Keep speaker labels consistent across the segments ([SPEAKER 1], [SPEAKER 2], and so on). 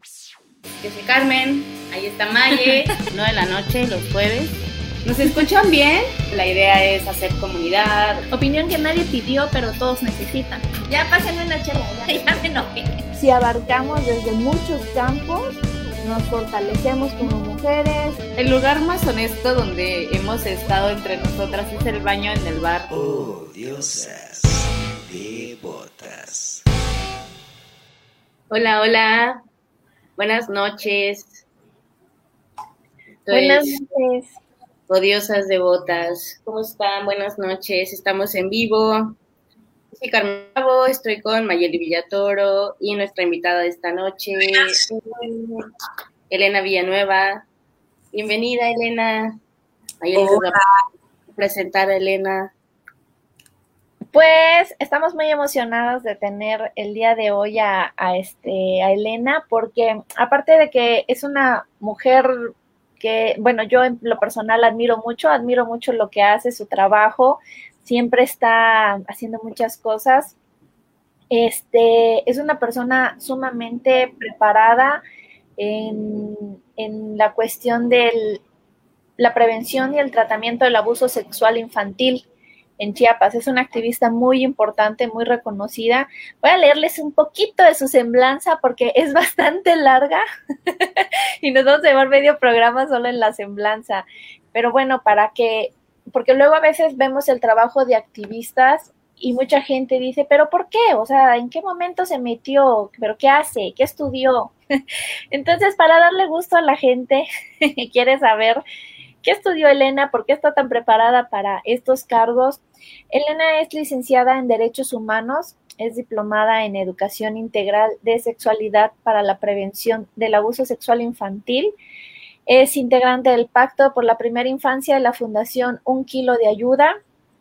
[SPEAKER 1] Yo soy Carmen, ahí está Maye, 9 de la noche, los jueves. ¿Nos escuchan bien? La idea es hacer comunidad.
[SPEAKER 2] Opinión que nadie pidió, pero todos necesitan.
[SPEAKER 1] Ya pásenme una chela,
[SPEAKER 2] ya me enojé.
[SPEAKER 3] Si abarcamos desde muchos campos, nos fortalecemos como mujeres.
[SPEAKER 1] El lugar más honesto donde hemos estado entre nosotras es el baño en el bar.
[SPEAKER 4] Oh, diosas devotas.
[SPEAKER 1] Hola, hola. Buenas noches.
[SPEAKER 3] Buenas noches.
[SPEAKER 1] Odiosas devotas. ¿Cómo están? Buenas noches. Estamos en vivo. Soy Carmen Bravo, estoy con Mayeli Villatoro y nuestra invitada de esta noche, Elena Villanueva. Bienvenida, Elena. Mayeli nos va a presentar a Elena.
[SPEAKER 3] Pues estamos muy emocionados de tener el día de hoy a Elena, porque aparte de que es una mujer que, bueno, yo en lo personal admiro mucho lo que hace, su trabajo, siempre está haciendo muchas cosas. Es una persona sumamente preparada en la cuestión de la prevención y el tratamiento del abuso sexual infantil en Chiapas. Es una activista muy importante, muy reconocida. Voy a leerles un poquito de su semblanza porque es bastante larga y nos vamos a llevar medio programa solo en la semblanza. Pero bueno, porque luego a veces vemos el trabajo de activistas y mucha gente dice, ¿pero por qué? O sea, ¿en qué momento se metió? ¿Pero qué hace? ¿Qué estudió? Entonces, para darle gusto a la gente que quiere saber ¿qué estudió Elena? ¿Por qué está tan preparada para estos cargos? Elena es licenciada en Derechos Humanos, es diplomada en Educación Integral de Sexualidad para la Prevención del Abuso Sexual Infantil, es integrante del Pacto por la Primera Infancia de la Fundación Un Kilo de Ayuda,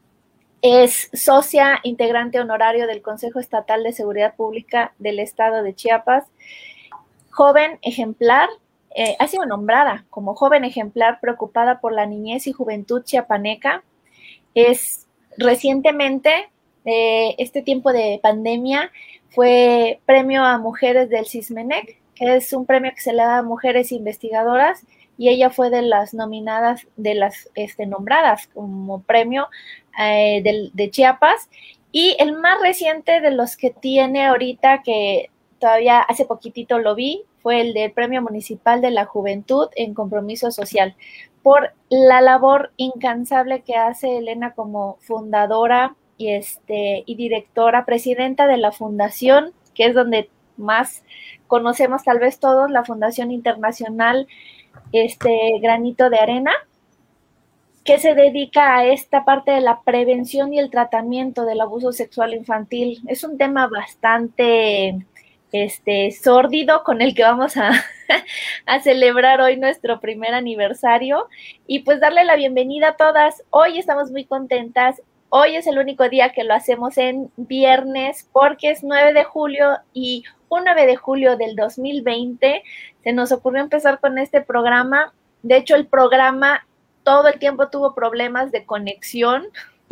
[SPEAKER 3] es socia integrante honorario del Consejo Estatal de Seguridad Pública del Estado de Chiapas, joven ejemplar, ha sido nombrada como joven ejemplar preocupada por la niñez y juventud chiapaneca. Es recientemente, este tiempo de pandemia, fue premio a mujeres del CISMENEC, que es un premio que se le da a mujeres investigadoras, y ella fue de las nominadas, de las nombradas como premio de Chiapas. Y el más reciente de los que tiene ahorita, que todavía hace poquitito lo vi, fue el del Premio Municipal de la Juventud en Compromiso Social, por la labor incansable que hace Elena como fundadora y directora, presidenta de la fundación, que es donde más conocemos tal vez todos, la Fundación Internacional Granito de Arena, que se dedica a esta parte de la prevención y el tratamiento del abuso sexual infantil. Es un tema bastante sórdido con el que vamos a celebrar hoy nuestro primer aniversario y pues darle la bienvenida a todas. Hoy estamos muy contentas. Hoy es el único día que lo hacemos en viernes porque es 9 de julio y un 9 de julio del 2020 se nos ocurrió empezar con este programa. De hecho, el programa todo el tiempo tuvo problemas de conexión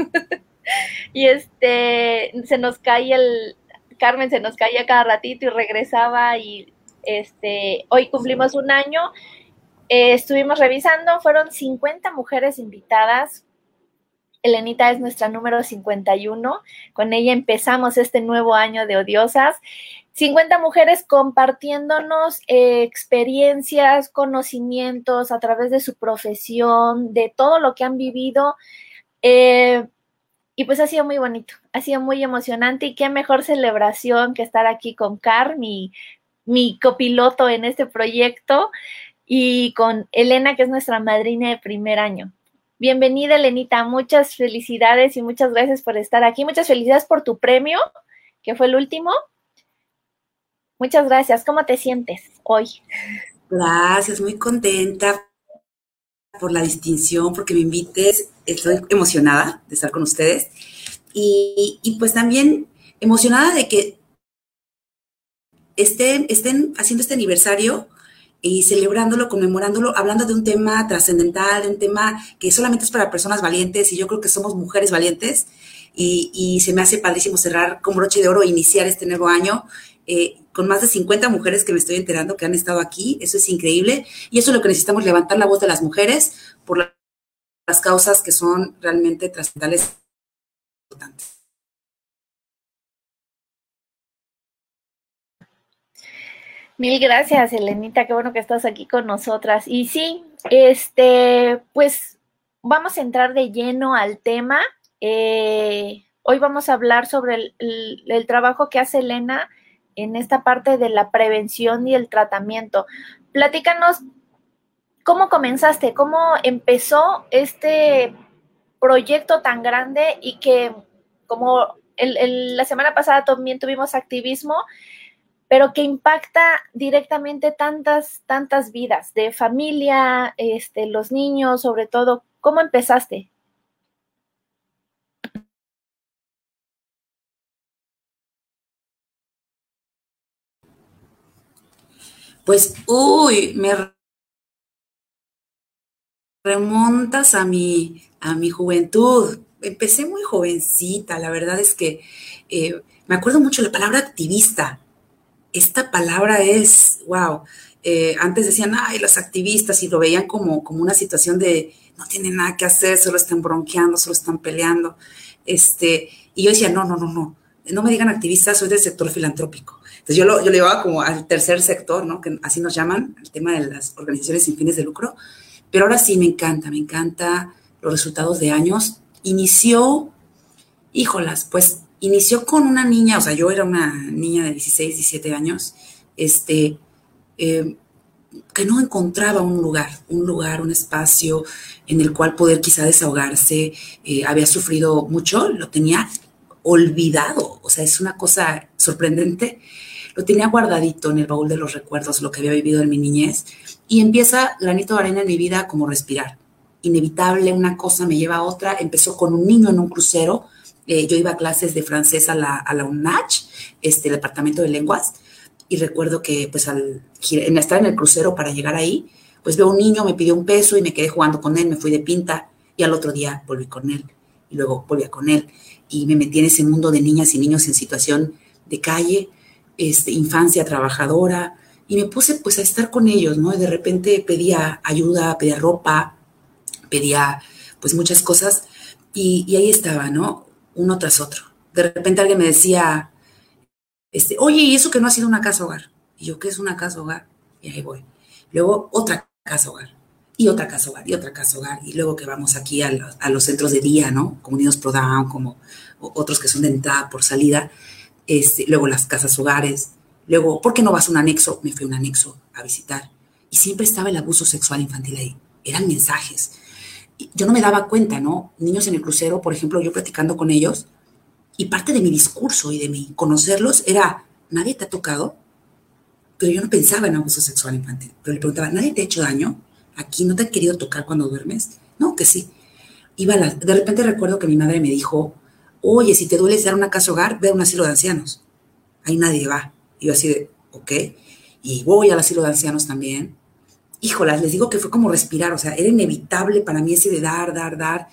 [SPEAKER 3] y se nos caía Carmen se nos caía cada ratito y regresaba y hoy cumplimos un año, estuvimos revisando, fueron 50 mujeres invitadas. Elenita es nuestra número 51, con ella empezamos este nuevo año de Odiosas, 50 mujeres compartiéndonos experiencias, conocimientos a través de su profesión, de todo lo que han vivido, y pues ha sido muy bonito, ha sido muy emocionante y qué mejor celebración que estar aquí con Car, mi copiloto en este proyecto, y con Elena, que es nuestra madrina de primer año. Bienvenida, Elenita, muchas felicidades y muchas gracias por estar aquí, muchas felicidades por tu premio, que fue el último. Muchas gracias, ¿cómo te sientes hoy?
[SPEAKER 5] Gracias, muy contenta por la distinción, porque me invites, estoy emocionada de estar con ustedes y pues también emocionada de que estén haciendo este aniversario y celebrándolo, conmemorándolo, hablando de un tema trascendental, de un tema que solamente es para personas valientes y yo creo que somos mujeres valientes y se me hace padrísimo cerrar con broche de oro e iniciar este nuevo año con más de 50 mujeres que me estoy enterando que han estado aquí. Eso es increíble. Y eso es lo que necesitamos, levantar la voz de las mujeres por las causas que son realmente trascendentales e importantes.
[SPEAKER 3] Mil gracias, Elenita, qué bueno que estás aquí con nosotras. Y sí, pues vamos a entrar de lleno al tema. Hoy vamos a hablar sobre el trabajo que hace Elena en esta parte de la prevención y el tratamiento. Platícanos, ¿cómo comenzaste? ¿Cómo empezó este proyecto tan grande y que, como la semana pasada también tuvimos activismo, pero que impacta directamente tantas vidas de familia, los niños, sobre todo? ¿Cómo empezaste?
[SPEAKER 5] Pues, me remontas a mi juventud. Empecé muy jovencita, la verdad es que me acuerdo mucho la palabra activista. Esta palabra es, wow, antes decían, ay, los activistas, y lo veían como una situación de no tienen nada que hacer, solo están bronqueando, solo están peleando. Y yo decía, no me digan activista, soy del sector filantrópico. Entonces yo lo llevaba como al tercer sector, ¿no? Que así nos llaman, el tema de las organizaciones sin fines de lucro. Pero ahora sí me encanta los resultados de años. Inició con una niña, o sea, yo era una niña de 16, 17 años, que no encontraba un lugar, un espacio en el cual poder quizá desahogarse. Había sufrido mucho, lo tenía olvidado, o sea, es una cosa sorprendente. Lo tenía guardadito en el baúl de los recuerdos, lo que había vivido en mi niñez, y empieza granito de arena en mi vida como respirar. Inevitable, una cosa me lleva a otra. Empezó con un niño en un crucero. Yo iba a clases de francés a la UNACH, el departamento de lenguas, y recuerdo que pues en estar en el crucero para llegar ahí, pues veo un niño, me pidió un peso y me quedé jugando con él, me fui de pinta, y al otro día volví con él, y luego volví con él, y me metí en ese mundo de niñas y niños en situación de calle, infancia trabajadora, y me puse pues a estar con ellos, ¿no? Y de repente pedía ayuda, pedía ropa, pedía pues muchas cosas, y ahí estaba, ¿no? Uno tras otro. De repente alguien me decía, oye, ¿y eso que no ha sido una casa hogar? Y yo, ¿qué es una casa hogar? Y ahí voy. Luego otra casa hogar, y otra casa hogar, y otra casa hogar, y luego que vamos aquí a los centros de día, ¿no? Como Unidos Pro Down, como otros que son de entrada por salida, luego las casas hogares, luego, ¿por qué no vas a un anexo? Me fui a un anexo a visitar, y siempre estaba el abuso sexual infantil ahí, eran mensajes. Yo no me daba cuenta, ¿no? Niños en el crucero, por ejemplo, yo platicando con ellos, y parte de mi discurso y de mi conocerlos era, ¿nadie te ha tocado? Pero yo no pensaba en abuso sexual infantil. Pero le preguntaba, ¿nadie te ha hecho daño? ¿Aquí no te han querido tocar cuando duermes? No, que sí. De repente recuerdo que mi madre me dijo, oye, si te duele dar una casa hogar, ve a un asilo de ancianos. Ahí nadie va. Y yo así de, ok. Y voy al asilo de ancianos también. Híjolas, les digo que fue como respirar, o sea, era inevitable para mí ese de dar, dar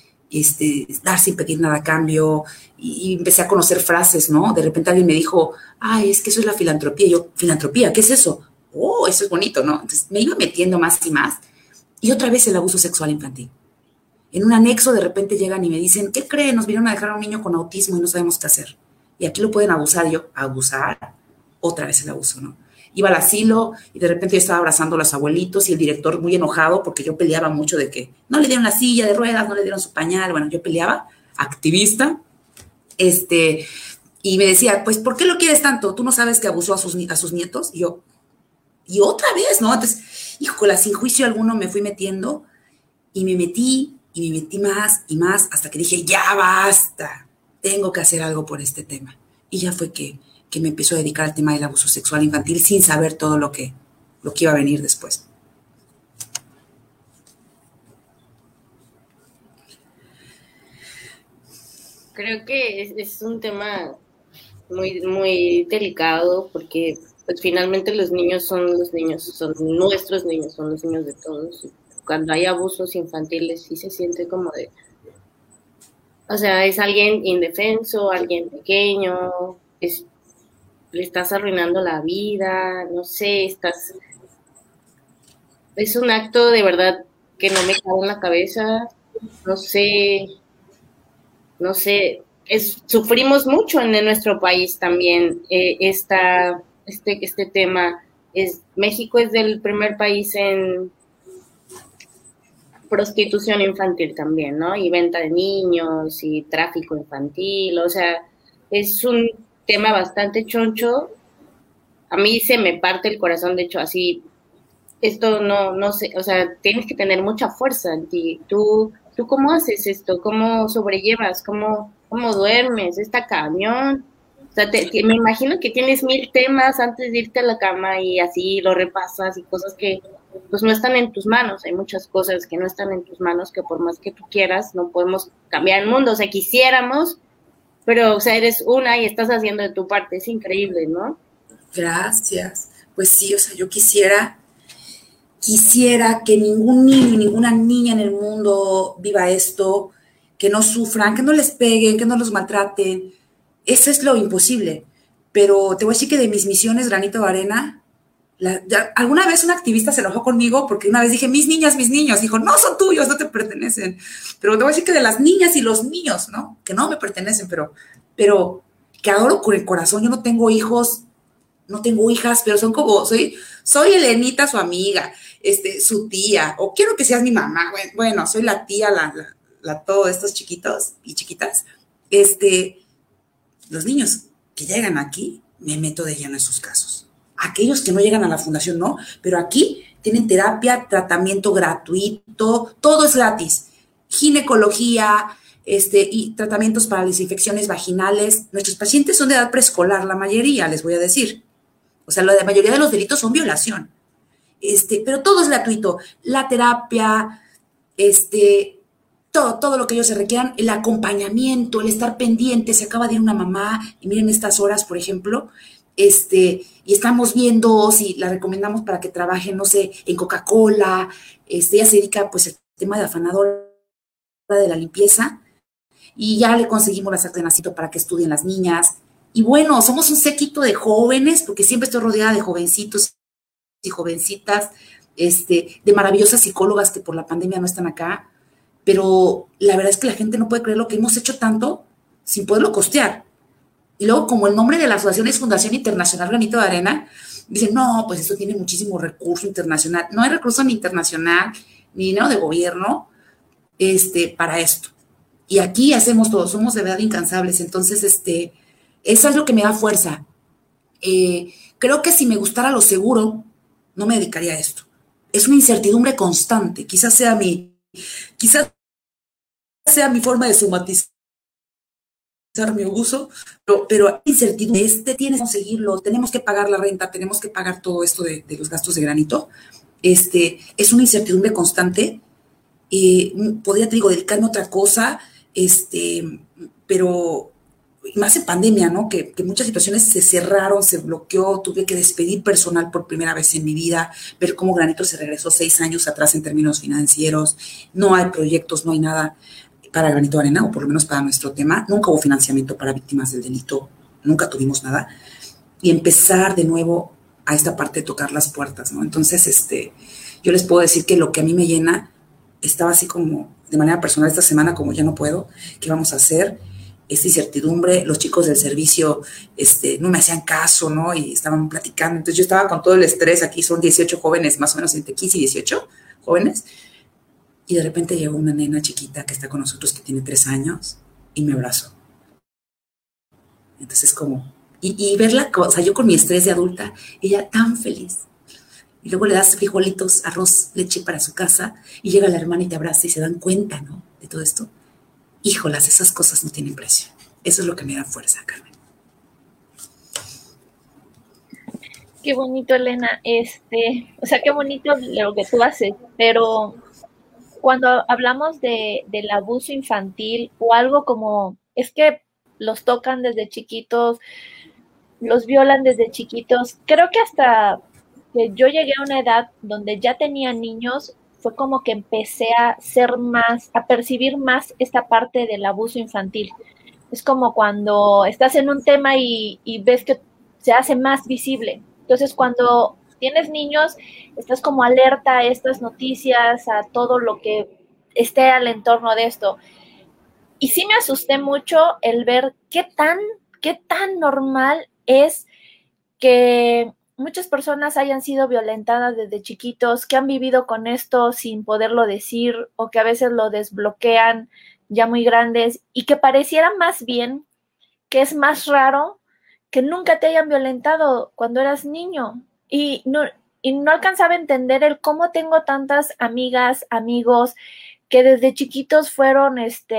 [SPEAKER 5] sin pedir nada a cambio, y empecé a conocer frases, ¿no? De repente alguien me dijo, ay, es que eso es la filantropía. Y yo, ¿filantropía? ¿Qué es eso? Oh, eso es bonito, ¿no? Entonces me iba metiendo más y más, y otra vez el abuso sexual infantil. En un anexo de repente llegan y me dicen, ¿qué creen? Nos vinieron a dejar a un niño con autismo y no sabemos qué hacer. Y aquí lo pueden abusar. Y yo, ¿abusar? Otra vez el abuso, ¿no? Iba al asilo y de repente yo estaba abrazando a los abuelitos, y el director muy enojado porque yo peleaba mucho de que no le dieron la silla de ruedas, no le dieron su pañal. Bueno, yo peleaba, activista, y me decía, pues, ¿por qué lo quieres tanto? ¿Tú no sabes que abusó a sus nietos? Y yo, y otra vez, ¿no? Entonces, híjole, sin juicio alguno me fui metiendo, y me metí más y más, hasta que dije, ya basta, tengo que hacer algo por este tema. Y ya fue que me empezó a dedicar al tema del abuso sexual infantil sin saber todo lo que iba a venir después.
[SPEAKER 1] Creo que es un tema muy, muy delicado, porque pues finalmente los niños, son nuestros niños, son los niños de todos. Cuando hay abusos infantiles sí se siente como de, o sea, es alguien indefenso, alguien pequeño, le estás arruinando la vida, no sé, es un acto de verdad que no me cabe en la cabeza, no sé, no sé, sufrimos mucho en nuestro país también este tema. México es el primer país en prostitución infantil también, ¿no? Y venta de niños y tráfico infantil, o sea, es un tema bastante choncho. A mí se me parte el corazón, de hecho, así, esto no sé, o sea, tienes que tener mucha fuerza en ti. ¿Tú cómo haces esto? ¿Cómo sobrellevas? ¿Cómo duermes? ¿Está cañón? O sea, me imagino que tienes 1000 temas antes de irte a la cama y así lo repasas y cosas que pues no están en tus manos. Hay muchas cosas que no están en tus manos que por más que tú quieras no podemos cambiar el mundo. O sea, quisiéramos, pero o sea, eres una y estás haciendo de tu parte. Es increíble, ¿no?
[SPEAKER 5] Gracias. Pues sí, o sea, yo quisiera que ningún niño y ninguna niña en el mundo viva esto, que no sufran, que no les peguen, que no los maltraten. Eso es lo imposible. Pero te voy a decir que de mis misiones, granito de arena, alguna vez un activista se enojó conmigo porque una vez dije, mis niños, dijo, no son tuyos, no te pertenecen. Pero te voy a decir que de las niñas y los niños, ¿no? Que no me pertenecen, pero que adoro con el corazón. Yo no tengo hijos, no tengo hijas, pero son como, soy Elenita, su amiga, su tía, o quiero que seas mi mamá. Bueno, soy la tía, todos estos chiquitos y chiquitas. Los niños que llegan aquí, me meto de lleno en sus casos. Aquellos que no llegan a la fundación, no, pero aquí tienen terapia, tratamiento gratuito, todo es gratis. Ginecología, y tratamientos para las infecciones vaginales. Nuestros pacientes son de edad preescolar, la mayoría, les voy a decir. O sea, la mayoría de los delitos son violación. Pero todo es gratuito. La terapia, todo lo que ellos se requieran, el acompañamiento, el estar pendiente. Se acaba de ir una mamá y miren estas horas, por ejemplo, y estamos viendo si la recomendamos para que trabaje, no sé, en Coca-Cola. Ella se dedica, pues, al tema de afanadora de la limpieza y ya le conseguimos las actas de nacimiento para que estudien las niñas. Y bueno, somos un séquito de jóvenes, porque siempre estoy rodeada de jovencitos y jovencitas, de maravillosas psicólogas que por la pandemia no están acá, pero la verdad es que la gente no puede creer lo que hemos hecho tanto sin poderlo costear. Y luego, como el nombre de la asociación es Fundación Internacional Granito de Arena, dicen, no, pues esto tiene muchísimo recurso internacional. No hay recurso ni internacional, ni dinero de gobierno, para esto. Y aquí hacemos todo, somos de verdad incansables. Entonces, eso es lo que me da fuerza. Creo que si me gustara lo seguro, no me dedicaría a esto. Es una incertidumbre constante. Quizás sea mi forma de somatizar mi abuso, pero incertidumbre, tienes que conseguirlo, tenemos que pagar la renta, tenemos que pagar todo esto de los gastos de granito. Es una incertidumbre constante. Podría, te digo, dedicarme a otra cosa, pero más en pandemia, ¿no? Que muchas situaciones se cerraron, se bloqueó, tuve que despedir personal por primera vez en mi vida, ver cómo Granito se regresó 6 años atrás en términos financieros, no hay proyectos, no hay nada para Granito de Arena, o por lo menos para nuestro tema, nunca hubo financiamiento para víctimas del delito, nunca tuvimos nada, y empezar de nuevo a esta parte de tocar las puertas, ¿no? Entonces, yo les puedo decir que lo que a mí me llena, estaba así como de manera personal esta semana, como ya no puedo, ¿qué vamos a hacer? Esta incertidumbre, los chicos del servicio no me hacían caso, ¿no? Y estaban platicando. Entonces yo estaba con todo el estrés, aquí son 18 jóvenes, más o menos entre 15 y 18 jóvenes, y de repente llegó una nena chiquita que está con nosotros, que tiene 3 años, y me abrazó. Entonces como, y verla, o sea, yo con mi estrés de adulta, ella tan feliz. Y luego le das frijolitos, arroz, leche para su casa, y llega la hermana y te abraza y se dan cuenta, ¿no? De todo esto. Híjolas, esas cosas no tienen precio. Eso es lo que me da fuerza, Carmen.
[SPEAKER 3] Qué bonito, Elena. O sea, qué bonito lo que tú haces, pero cuando hablamos del abuso infantil o algo como, es que los tocan desde chiquitos, los violan desde chiquitos, creo que hasta que yo llegué a una edad donde ya tenía niños, fue como que empecé a percibir más esta parte del abuso infantil. Es como cuando estás en un tema y ves que se hace más visible. Entonces, cuando tienes niños, estás como alerta a estas noticias, a todo lo que esté al entorno de esto. Y sí me asusté mucho el ver qué tan normal es que muchas personas hayan sido violentadas desde chiquitos, que han vivido con esto sin poderlo decir o que a veces lo desbloquean ya muy grandes y que pareciera más bien que es más raro que nunca te hayan violentado cuando eras niño. Y no alcanzaba a entender el cómo tengo tantas amigas, amigos que desde chiquitos fueron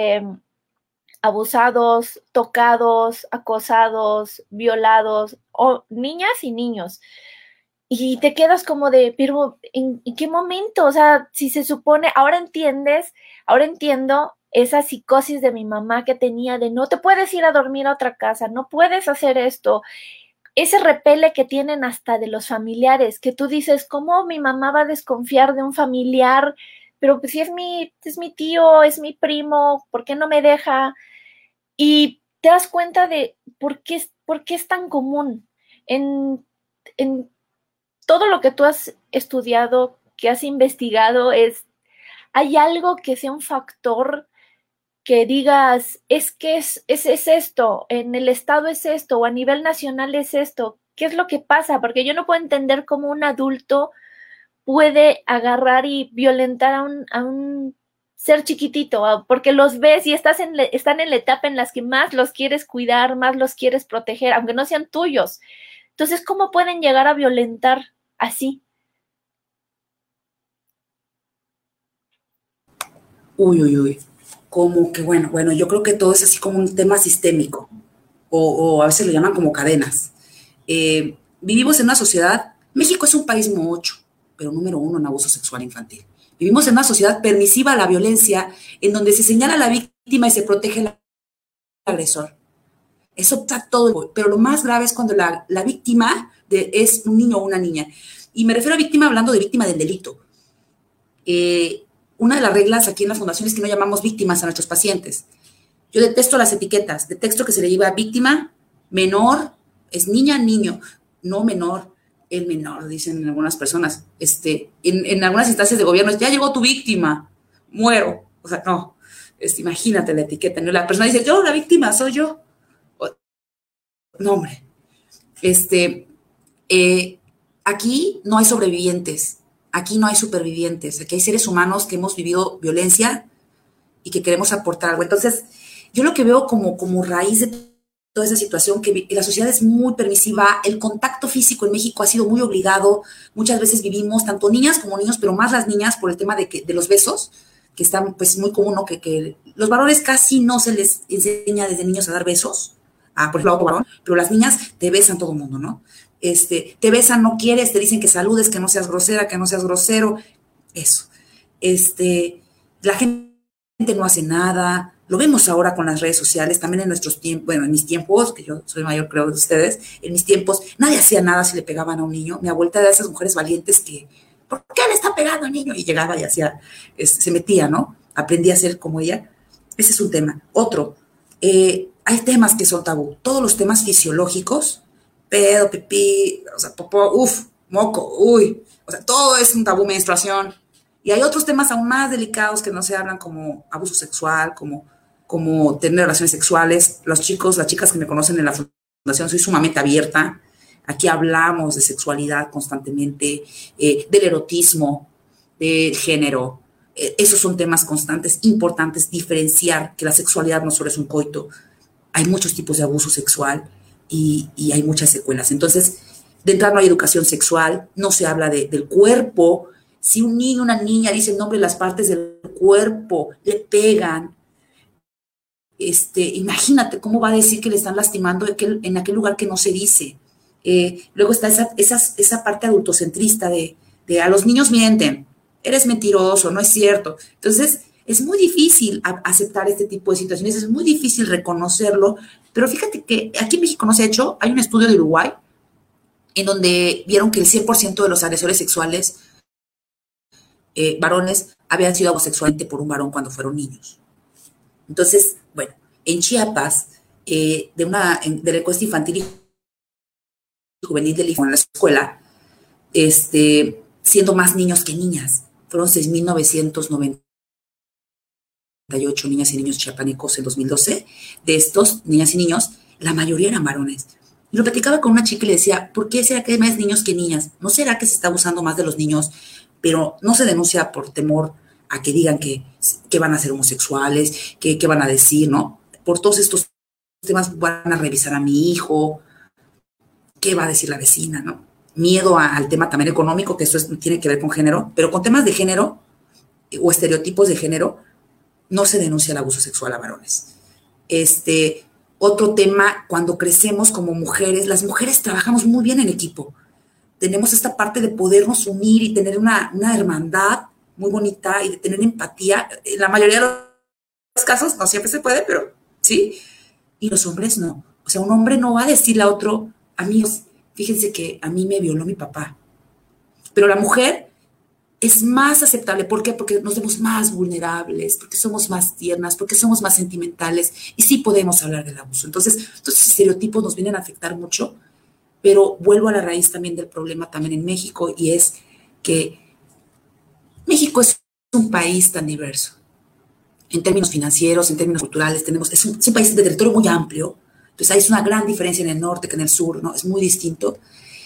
[SPEAKER 3] abusados, tocados, acosados, violados, o niñas y niños. Y te quedas como de, pero ¿en qué momento? O sea, si se supone, ahora entiendo esa psicosis de mi mamá que tenía de no te puedes ir a dormir a otra casa, no puedes hacer esto. Ese repele que tienen hasta de los familiares, que tú dices, ¿cómo mi mamá va a desconfiar de un familiar? Pero pues si es mi tío, es mi primo, ¿por qué no me deja? Y te das cuenta de por qué es tan común. En, en todo lo que tú has estudiado, que has investigado, ¿hay algo que sea un factor que digas, es que es esto, en el estado es esto, o a nivel nacional es esto? ¿Qué es lo que pasa? Porque yo no puedo entender cómo un adulto puede agarrar y violentar a un ser chiquitito, porque los ves y están en la etapa en las que más los quieres cuidar, más los quieres proteger, aunque no sean tuyos. Entonces, ¿cómo pueden llegar a violentar así?
[SPEAKER 5] Uy, uy, uy. Como que, bueno, yo creo que todo es así como un tema sistémico, o a veces lo llaman como cadenas. Vivimos en una sociedad, México es un país mocho, pero número uno en abuso sexual infantil. Vivimos en una sociedad permisiva a la violencia, en donde se señala a la víctima y se protege al agresor. Eso está todo, pero lo más grave es cuando la víctima es un niño o una niña. Y me refiero a víctima hablando de víctima del delito. Una de las reglas aquí en la fundación es que no llamamos víctimas a nuestros pacientes. Yo detesto las etiquetas, detesto que se le diga víctima, menor, es niña, niño, no menor, el menor, dicen algunas personas. En algunas instancias de gobierno, ya llegó tu víctima, muero. O sea, no, imagínate la etiqueta, ¿no? La persona dice, yo, la víctima, soy yo. No, hombre. Aquí no hay sobrevivientes, aquí no hay supervivientes, aquí hay seres humanos que hemos vivido violencia y que queremos aportar algo. Entonces, yo lo que veo como raíz de toda esa situación, que la sociedad es muy permisiva, el contacto físico en México ha sido muy obligado, muchas veces vivimos, tanto niñas como niños, pero más las niñas por el tema de los besos, que están pues muy común, ¿no? Que los varones casi no se les enseña desde niños a dar besos, por ejemplo, a otro varón, pero las niñas te besan todo el mundo, ¿no? Te besan, no quieres, te dicen que saludes, que no seas grosera, que no seas grosero, eso. La gente no hace nada, lo vemos ahora con las redes sociales, también en nuestros tiempos, bueno, en mis tiempos, que yo soy mayor creo de ustedes, en mis tiempos nadie hacía nada si le pegaban a un niño. Mi abuelita era de esas mujeres valientes que, ¿por qué le está pegando al niño? Y llegaba y hacía, se metía, ¿no? Aprendía a ser como ella. Ese es un tema. Otro, hay temas que son tabú, todos los temas fisiológicos, pedo, pipí, o sea, popó, moco, uy, o sea, todo es un tabú, menstruación. Y hay otros temas aún más delicados que no se hablan, como abuso sexual, como tener relaciones sexuales. Los chicos, las chicas que me conocen en la fundación, soy sumamente abierta. Aquí hablamos de sexualidad constantemente, del erotismo, del género. Esos son temas constantes, importantes, diferenciar que la sexualidad no solo es un coito. Hay muchos tipos de abuso sexual y hay muchas secuelas. Entonces, de entrada no hay educación sexual, no se habla del cuerpo. Si un niño o una niña dice el nombre de las partes del cuerpo, le pegan. Imagínate cómo va a decir que le están lastimando en aquel lugar que no se dice. Luego está esa parte adultocentrista de a los niños mienten, eres mentiroso, no es cierto. Entonces, es muy difícil aceptar este tipo de situaciones, es muy difícil reconocerlo, pero fíjate que aquí en México no se ha hecho, hay un estudio de Uruguay en donde vieron que el 100% de los agresores sexuales varones habían sido abusados sexualmente por un varón cuando fueron niños. Entonces, bueno, en Chiapas, de la encuesta infantil y juvenil del IFO en la escuela, siendo más niños que niñas. Fueron 6,998 niñas y niños chiapanecos en 2012. De estos niñas y niños, la mayoría eran varones. Y lo platicaba con una chica y le decía, ¿por qué será que hay más niños que niñas? ¿No será que se está abusando más de los niños, pero no se denuncia por temor a que digan que van a ser homosexuales, que van a decir, ¿no? Por todos estos temas van a revisar a mi hijo, ¿qué va a decir la vecina, no? Miedo al tema también económico, que eso tiene que ver con género, pero con temas de género o estereotipos de género, no se denuncia el abuso sexual a varones. Otro tema, cuando crecemos como mujeres, las mujeres trabajamos muy bien en equipo. Tenemos esta parte de podernos unir y tener una hermandad muy bonita y de tener empatía. En la mayoría de los casos, no siempre se puede, pero sí. Y los hombres no. O sea, un hombre no va a decirle a otro, amigos, fíjense que a mí me violó mi papá. Pero la mujer es más aceptable. ¿Por qué? Porque nos vemos más vulnerables, porque somos más tiernas, porque somos más sentimentales y sí podemos hablar del abuso. Entonces, estos estereotipos nos vienen a afectar mucho, pero vuelvo a la raíz también del problema también en México, y es que México es un país tan diverso. En términos financieros, en términos culturales, es un país de territorio muy amplio. Entonces, hay una gran diferencia en el norte que en el sur, ¿no? Es muy distinto.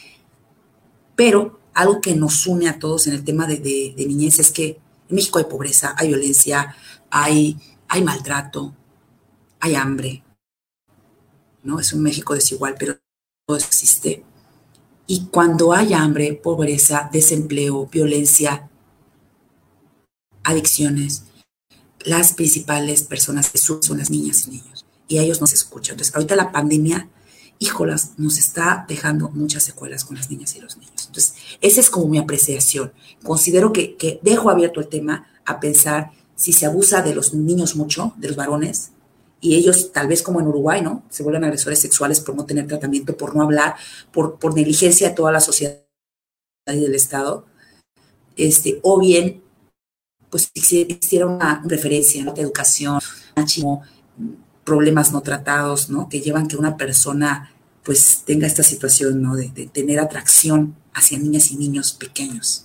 [SPEAKER 5] Pero algo que nos une a todos en el tema de niñez es que en México hay pobreza, hay violencia, hay maltrato, hay hambre, ¿no? Es un México desigual, pero todo existe. Y cuando hay hambre, pobreza, desempleo, violencia, adicciones, las principales personas que sufren son las niñas y niños, y a ellos no se escuchan. Entonces, ahorita la pandemia, híjolas, nos está dejando muchas secuelas con las niñas y los niños. Entonces, esa es como mi apreciación. Considero que dejo abierto el tema a pensar si se abusa de los niños mucho, de los varones, y ellos, tal vez como en Uruguay, ¿no? Se vuelven agresores sexuales por no tener tratamiento, por no hablar, por negligencia de toda la sociedad y del Estado, o bien, pues si existiera una referencia, ¿no? De educación, machismo, problemas no tratados, ¿no? Que llevan que una persona pues tenga esta situación, ¿no? De tener atracción hacia niñas y niños pequeños.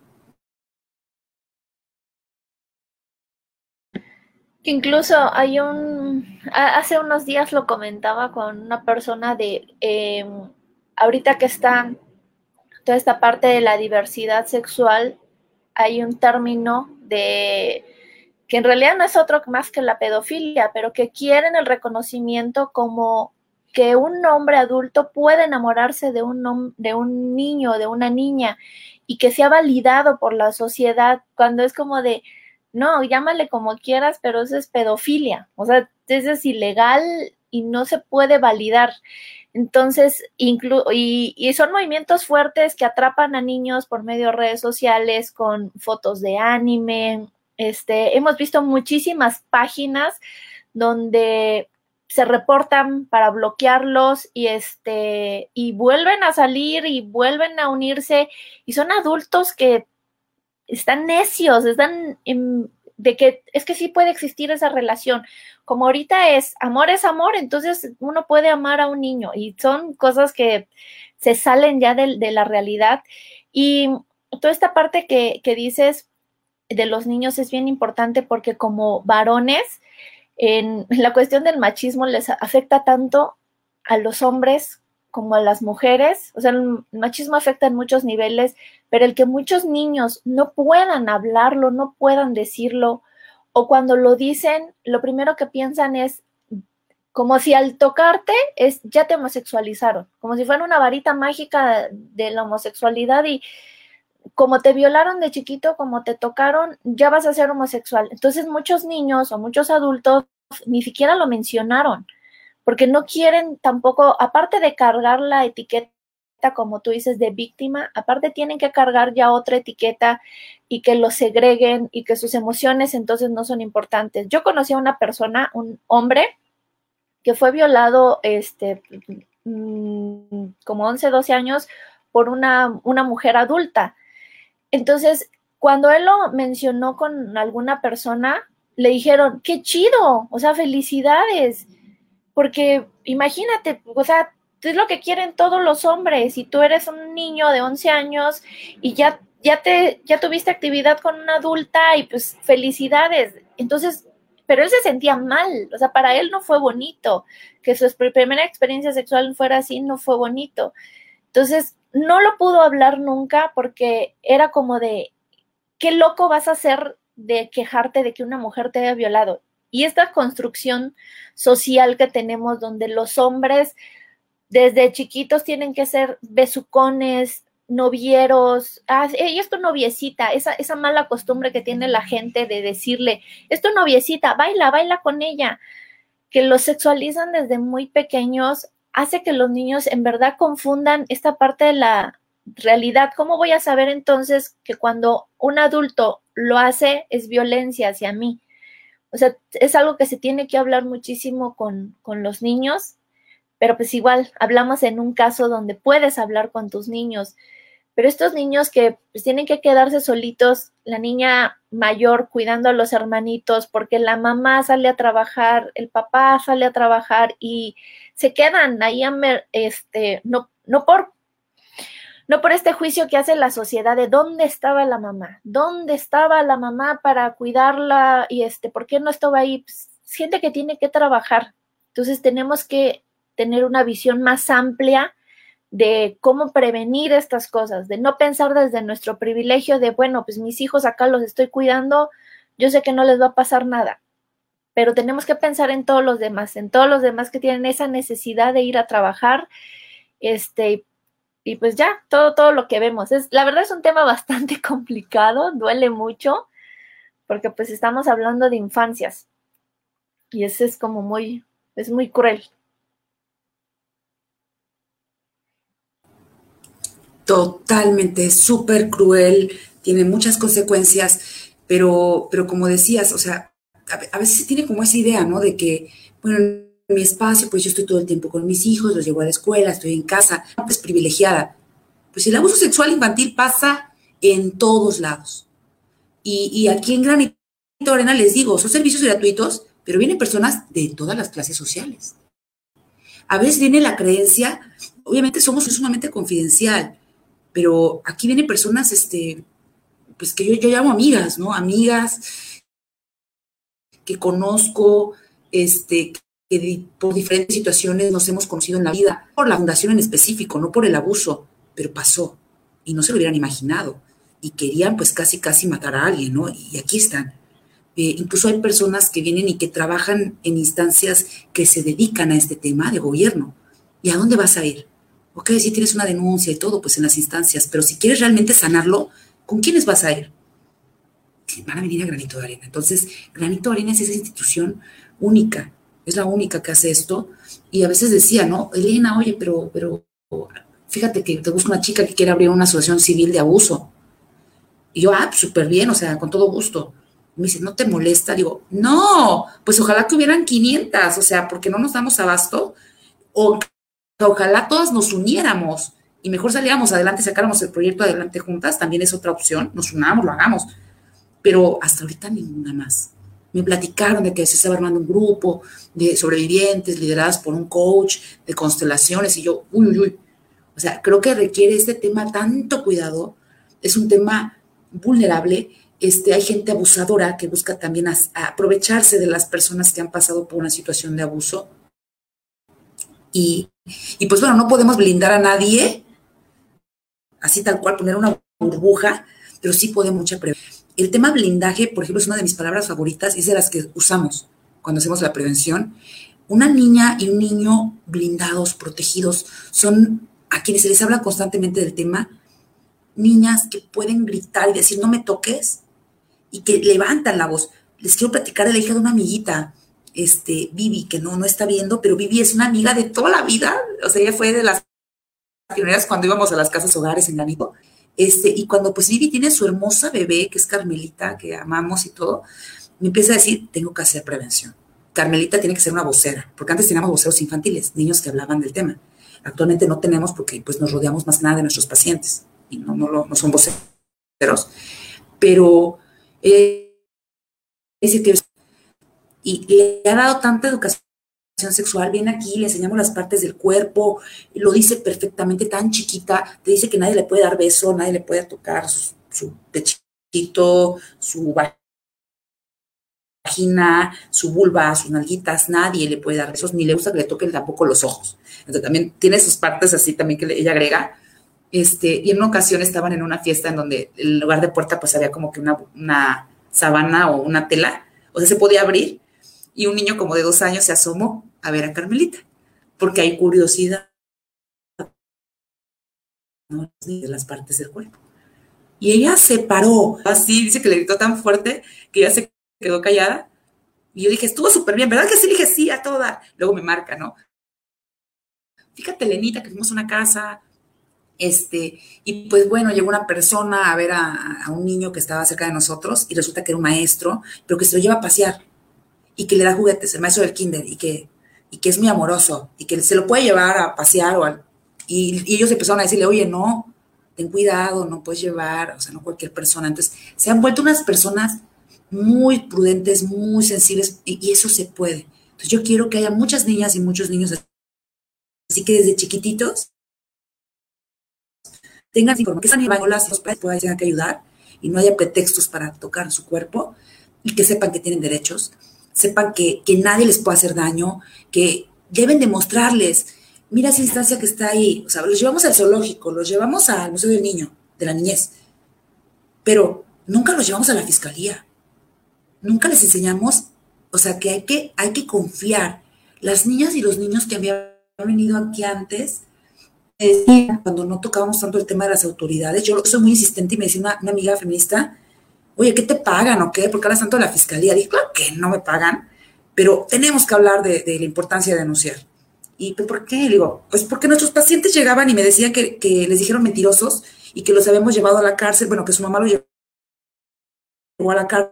[SPEAKER 3] Incluso hace unos días lo comentaba con una persona ahorita que está toda esta parte de la diversidad sexual, hay un término que en realidad no es otro más que la pedofilia, pero que quieren el reconocimiento como que un hombre adulto puede enamorarse de un niño, de una niña, y que sea validado por la sociedad, cuando es como de, no, llámale como quieras, pero eso es pedofilia, o sea, eso es ilegal y no se puede validar. Entonces, y son movimientos fuertes que atrapan a niños por medio de redes sociales con fotos de anime. Hemos visto muchísimas páginas donde se reportan para bloquearlos y vuelven a salir y vuelven a unirse, y son adultos que están necios, de que es que sí puede existir esa relación. Como ahorita es amor, entonces uno puede amar a un niño, y son cosas que se salen ya de la realidad. Y toda esta parte que dices de los niños es bien importante, porque como varones, en la cuestión del machismo les afecta tanto a los hombres como a las mujeres. O sea, el machismo afecta en muchos niveles, pero el que muchos niños no puedan hablarlo, no puedan decirlo, o cuando lo dicen, lo primero que piensan es como si al tocarte ya te homosexualizaron, como si fuera una varita mágica de la homosexualidad, y como te violaron de chiquito, como te tocaron, ya vas a ser homosexual. Entonces muchos niños o muchos adultos ni siquiera lo mencionaron, porque no quieren tampoco, aparte de cargar la etiqueta, como tú dices, de víctima, aparte tienen que cargar ya otra etiqueta y que los segreguen y que sus emociones entonces no son importantes. Yo conocí a una persona, un hombre, que fue violado como 11, 12 años por una mujer adulta. Entonces, cuando él lo mencionó con alguna persona, le dijeron, qué chido, o sea, felicidades, porque imagínate, o sea, es lo que quieren todos los hombres. Si tú eres un niño de 11 años y ya tuviste actividad con una adulta y pues felicidades. Entonces, pero él se sentía mal, o sea, para él no fue bonito. Que su primera experiencia sexual fuera así, no fue bonito. Entonces, no lo pudo hablar nunca porque era como de, qué loco vas a hacer de quejarte de que una mujer te haya violado. Y esta construcción social que tenemos donde los hombres desde chiquitos tienen que ser besucones, novieros, ella es tu noviecita, esa mala costumbre que tiene la gente de decirle, es tu noviecita, baila con ella, que los sexualizan desde muy pequeños, hace que los niños en verdad confundan esta parte de la realidad. ¿Cómo voy a saber entonces que cuando un adulto lo hace es violencia hacia mí? O sea, es algo que se tiene que hablar muchísimo con los niños, pero pues igual hablamos en un caso donde puedes hablar con tus niños, pero estos niños que pues tienen que quedarse solitos, la niña mayor cuidando a los hermanitos porque la mamá sale a trabajar, el papá sale a trabajar y se quedan ahí no por este juicio que hace la sociedad de dónde estaba la mamá para cuidarla y por qué no estaba ahí, pues, gente que tiene que trabajar. Entonces tenemos que tener una visión más amplia de cómo prevenir estas cosas, de no pensar desde nuestro privilegio de, bueno, pues mis hijos acá los estoy cuidando, yo sé que no les va a pasar nada, pero tenemos que pensar en todos los demás que tienen esa necesidad de ir a trabajar, y pues ya, todo lo que vemos. La verdad es un tema bastante complicado, duele mucho, porque pues estamos hablando de infancias, y eso es como es muy cruel.
[SPEAKER 5] Totalmente, es súper cruel, tiene muchas consecuencias, pero como decías, o sea, a veces se tiene como esa idea, ¿no? De que, bueno, en mi espacio, pues yo estoy todo el tiempo con mis hijos, los llevo a la escuela, estoy en casa, pues privilegiada. Pues el abuso sexual infantil pasa en todos lados. Y aquí en Granito Arena les digo, son servicios gratuitos, pero vienen personas de todas las clases sociales. A veces viene la creencia, obviamente somos sumamente confidencial, pero aquí vienen personas, pues que yo llamo amigas, ¿no? Amigas que conozco, que por diferentes situaciones nos hemos conocido en la vida, por la fundación en específico, no por el abuso, pero pasó y no se lo hubieran imaginado y querían pues casi matar a alguien, ¿no? Y aquí están. Incluso hay personas que vienen y que trabajan en instancias que se dedican a este tema de gobierno. ¿Y a dónde vas a ir? Ok, si tienes una denuncia y todo, pues en las instancias, pero si quieres realmente sanarlo, ¿con quiénes vas a ir? Van a venir a Granito de Arena. Entonces, Granito de Arena es esa institución única, es la única que hace esto. Y a veces decía, ¿no? Elena, oye, pero fíjate que te busca una chica que quiere abrir una asociación civil de abuso. Y yo, pues súper bien, o sea, con todo gusto. Me dice, ¿no te molesta? Digo, no, pues ojalá que hubieran 500, o sea, porque no nos damos abasto. Ojalá todas nos uniéramos y mejor saliéramos adelante, sacáramos el proyecto adelante juntas, también es otra opción, nos unamos, lo hagamos. Pero hasta ahorita ninguna más. Me platicaron de que se estaba armando un grupo de sobrevivientes lideradas por un coach de constelaciones y yo, uy. O sea, creo que requiere este tema tanto cuidado, es un tema vulnerable. Hay gente abusadora que busca también aprovecharse de las personas que han pasado por una situación de abuso. Y pues bueno, no podemos blindar a nadie, así tal cual, poner una burbuja, pero sí podemos mucha prevención. El tema blindaje, por ejemplo, es una de mis palabras favoritas y es de las que usamos cuando hacemos la prevención. Una niña y un niño blindados, protegidos, son a quienes se les habla constantemente del tema, niñas que pueden gritar y decir, no me toques, y que levantan la voz. Les quiero platicar de la hija de una amiguita, Vivi, que no está viendo, pero Vivi es una amiga de toda la vida, o sea, ella fue de las pioneras cuando íbamos a las casas hogares en Granito, y cuando pues Vivi tiene su hermosa bebé, que es Carmelita, que amamos y todo, me empieza a decir, tengo que hacer prevención. Carmelita tiene que ser una vocera, porque antes teníamos voceros infantiles, niños que hablaban del tema. Actualmente no tenemos porque pues nos rodeamos más nada de nuestros pacientes, y no son voceros, pero dice que y le ha dado tanta educación sexual, viene aquí, le enseñamos las partes del cuerpo, lo dice perfectamente, tan chiquita, te dice que nadie le puede dar beso, nadie le puede tocar su pechito, su vagina, su vulva, sus nalguitas, nadie le puede dar besos, ni le gusta que le toquen tampoco los ojos. Entonces también tiene sus partes así también que ella agrega. Y en una ocasión estaban en una fiesta en donde en lugar de puerta pues había como que una sábana o una tela, o sea, se podía abrir, y un niño como de 2 años se asomó a ver a Carmelita, porque hay curiosidad, ¿no?, de las partes del cuerpo. Y ella se paró, así, dice que le gritó tan fuerte que ella se quedó callada, y yo dije, estuvo súper bien, ¿verdad que sí? Le dije, sí, a toda. Luego me marca, ¿no? Fíjate, Lenita, que fuimos a una casa, y pues bueno, llegó una persona a ver a un niño que estaba cerca de nosotros, y resulta que era un maestro, pero que se lo lleva a pasear, y que le da juguetes, el maestro del kinder, y que es muy amoroso, y que se lo puede llevar a pasear, y ellos empezaron a decirle, oye, no, ten cuidado, no puedes llevar, o sea, no cualquier persona. Entonces, se han vuelto unas personas muy prudentes, muy sensibles, y eso se puede. Entonces, yo quiero que haya muchas niñas y muchos niños, así que desde chiquititos, tengan información, que los padres tengan que ayudar, y no haya pretextos para tocar su cuerpo, y que sepan que tienen derechos, sepan que nadie les puede hacer daño, que deben demostrarles, mira esa instancia que está ahí, o sea, los llevamos al zoológico, los llevamos al Museo del Niño, de la Niñez, pero nunca los llevamos a la fiscalía, nunca les enseñamos, o sea, que hay que confiar. Las niñas y los niños que habían venido aquí antes, cuando no tocábamos tanto el tema de las autoridades, yo soy muy insistente y me decía una amiga feminista, oye, ¿qué te pagan o qué? ¿Por qué hablas tanto de la fiscalía? Dije, claro que no me pagan, pero tenemos que hablar de la importancia de denunciar. ¿Y por qué? Le digo, pues porque nuestros pacientes llegaban y me decían que les dijeron mentirosos y que los habíamos llevado a la cárcel, bueno, que su mamá lo llevó a la cárcel.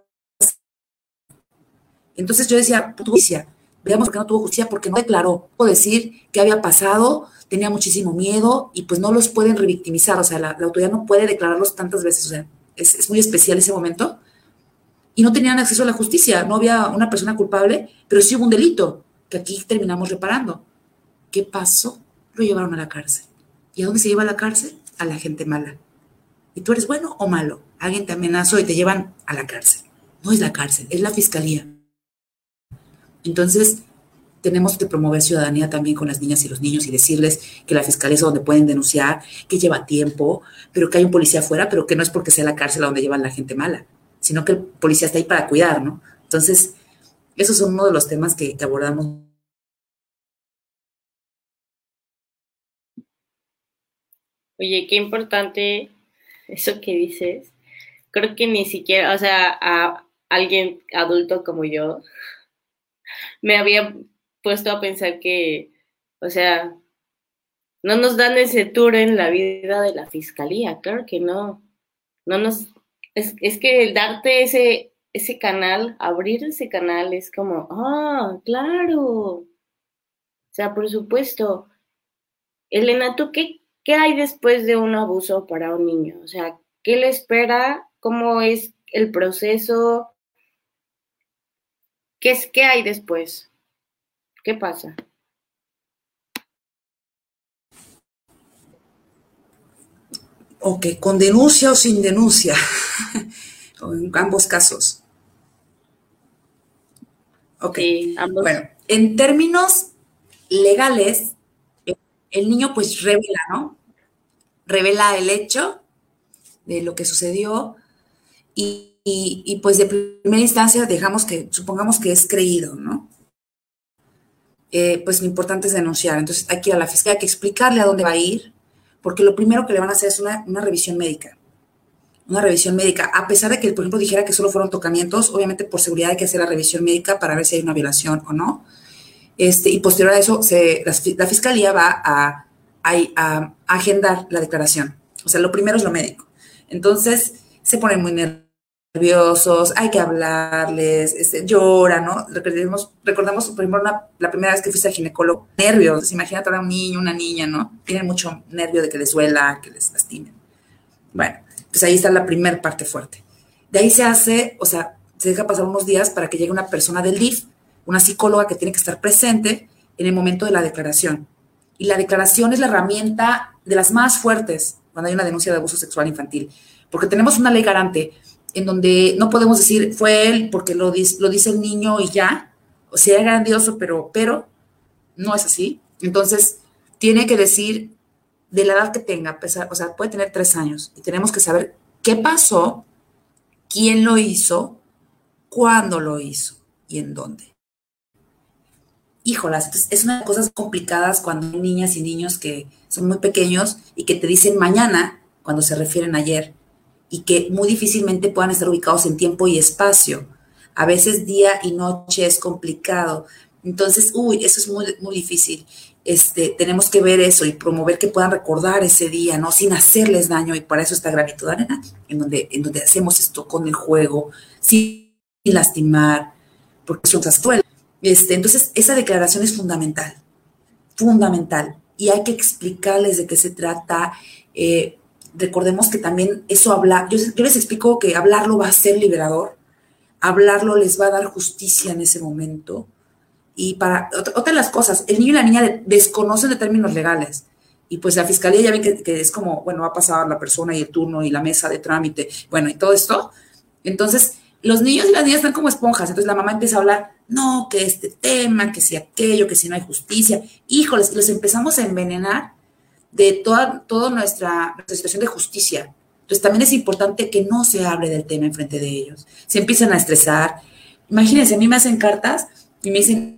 [SPEAKER 5] Entonces yo decía, justicia, veamos por qué no tuvo justicia, porque no declaró. Puedo decir qué había pasado, tenía muchísimo miedo y pues no los pueden revictimizar, o sea, la autoridad no puede declararlos tantas veces, o sea, es muy especial ese momento, y no tenían acceso a la justicia, no había una persona culpable, pero sí hubo un delito, que aquí terminamos reparando. ¿Qué pasó? Lo llevaron a la cárcel. ¿Y a dónde se lleva a la cárcel? A la gente mala. ¿Y tú eres bueno o malo? Alguien te amenazó y te llevan a la cárcel. No es la cárcel, es la fiscalía. Entonces, tenemos que promover ciudadanía también con las niñas y los niños y decirles que la fiscalía es donde pueden denunciar, que lleva tiempo, pero que hay un policía afuera, pero que no es porque sea la cárcel a donde llevan la gente mala, sino que el policía está ahí para cuidar, ¿no? Entonces, esos son uno de los temas que abordamos.
[SPEAKER 1] Oye, qué importante eso que dices. Creo que ni siquiera, o sea, a alguien adulto como yo, me había puesto a pensar que, o sea, no nos dan ese tour en la vida de la fiscalía, claro que no. No nos, es que el darte ese canal, abrir ese canal es como, claro. O sea, por supuesto. Elena, ¿tú qué hay después de un abuso para un niño? O sea, ¿qué le espera? ¿Cómo es el proceso? ¿Qué hay después? ¿Qué pasa?
[SPEAKER 5] Ok, ¿con denuncia o sin denuncia? O en ambos casos. Ok,
[SPEAKER 1] Sí, ambos.
[SPEAKER 5] Bueno, en términos legales, el niño pues revela, ¿no? Revela el hecho de lo que sucedió y pues de primera instancia supongamos que es creído, ¿no? Pues lo importante es denunciar. Entonces hay que ir a la fiscalía, hay que explicarle a dónde va a ir, porque lo primero que le van a hacer es una revisión médica. Una revisión médica, a pesar de que, por ejemplo, dijera que solo fueron tocamientos, obviamente por seguridad hay que hacer la revisión médica para ver si hay una violación o no. Y posterior a eso, la fiscalía va a agendar la declaración. O sea, lo primero es lo médico. Entonces, se ponen muy nerviosos, hay que hablarles, lloran, ¿no? Recordamos, por ejemplo, la primera vez que fuiste al ginecólogo, nervios. Entonces, imagínate ahora un niño, una niña, ¿no? Tienen mucho nervio de que les duela, que les lastimen. Bueno, pues ahí está la primera parte fuerte. De ahí se deja pasar unos días para que llegue una persona del DIF, una psicóloga que tiene que estar presente en el momento de la declaración. Y la declaración es la herramienta de las más fuertes cuando hay una denuncia de abuso sexual infantil, porque tenemos una ley garante en donde no podemos decir fue él porque lo dice el niño y ya, o sea, es grandioso, pero no es así. Entonces, tiene que decir de la edad que tenga, o sea, puede tener 3 años y tenemos que saber qué pasó, quién lo hizo, cuándo lo hizo y en dónde. Híjolas, entonces es una de las cosas complicadas cuando hay niñas y niños que son muy pequeños y que te dicen mañana cuando se refieren a ayer y que muy difícilmente puedan estar ubicados en tiempo y espacio. A veces día y noche es complicado. Entonces, eso es muy, muy difícil. Tenemos que ver eso y promover que puedan recordar ese día, ¿no? Sin hacerles daño, y para eso está Granito de Arena, en donde hacemos esto con el juego, sin lastimar, porque son duele. Entonces, esa declaración es fundamental, fundamental, y hay que explicarles de qué se trata. Recordemos que también eso yo les explico que hablarlo va a ser liberador, hablarlo les va a dar justicia en ese momento. Y para otra de las cosas, el niño y la niña desconocen de términos legales. Y pues la fiscalía ya ve que es como, bueno, va a pasar la persona y el turno y la mesa de trámite, bueno, y todo esto. Entonces, los niños y las niñas están como esponjas. Entonces la mamá empieza a hablar, no, que este tema, que si aquello, que si no hay justicia. Híjoles, los empezamos a envenenar de toda nuestra situación de justicia. Entonces también es importante que no se hable del tema enfrente de ellos. Se empiezan a estresar. Imagínense, a mí me hacen cartas y me dicen,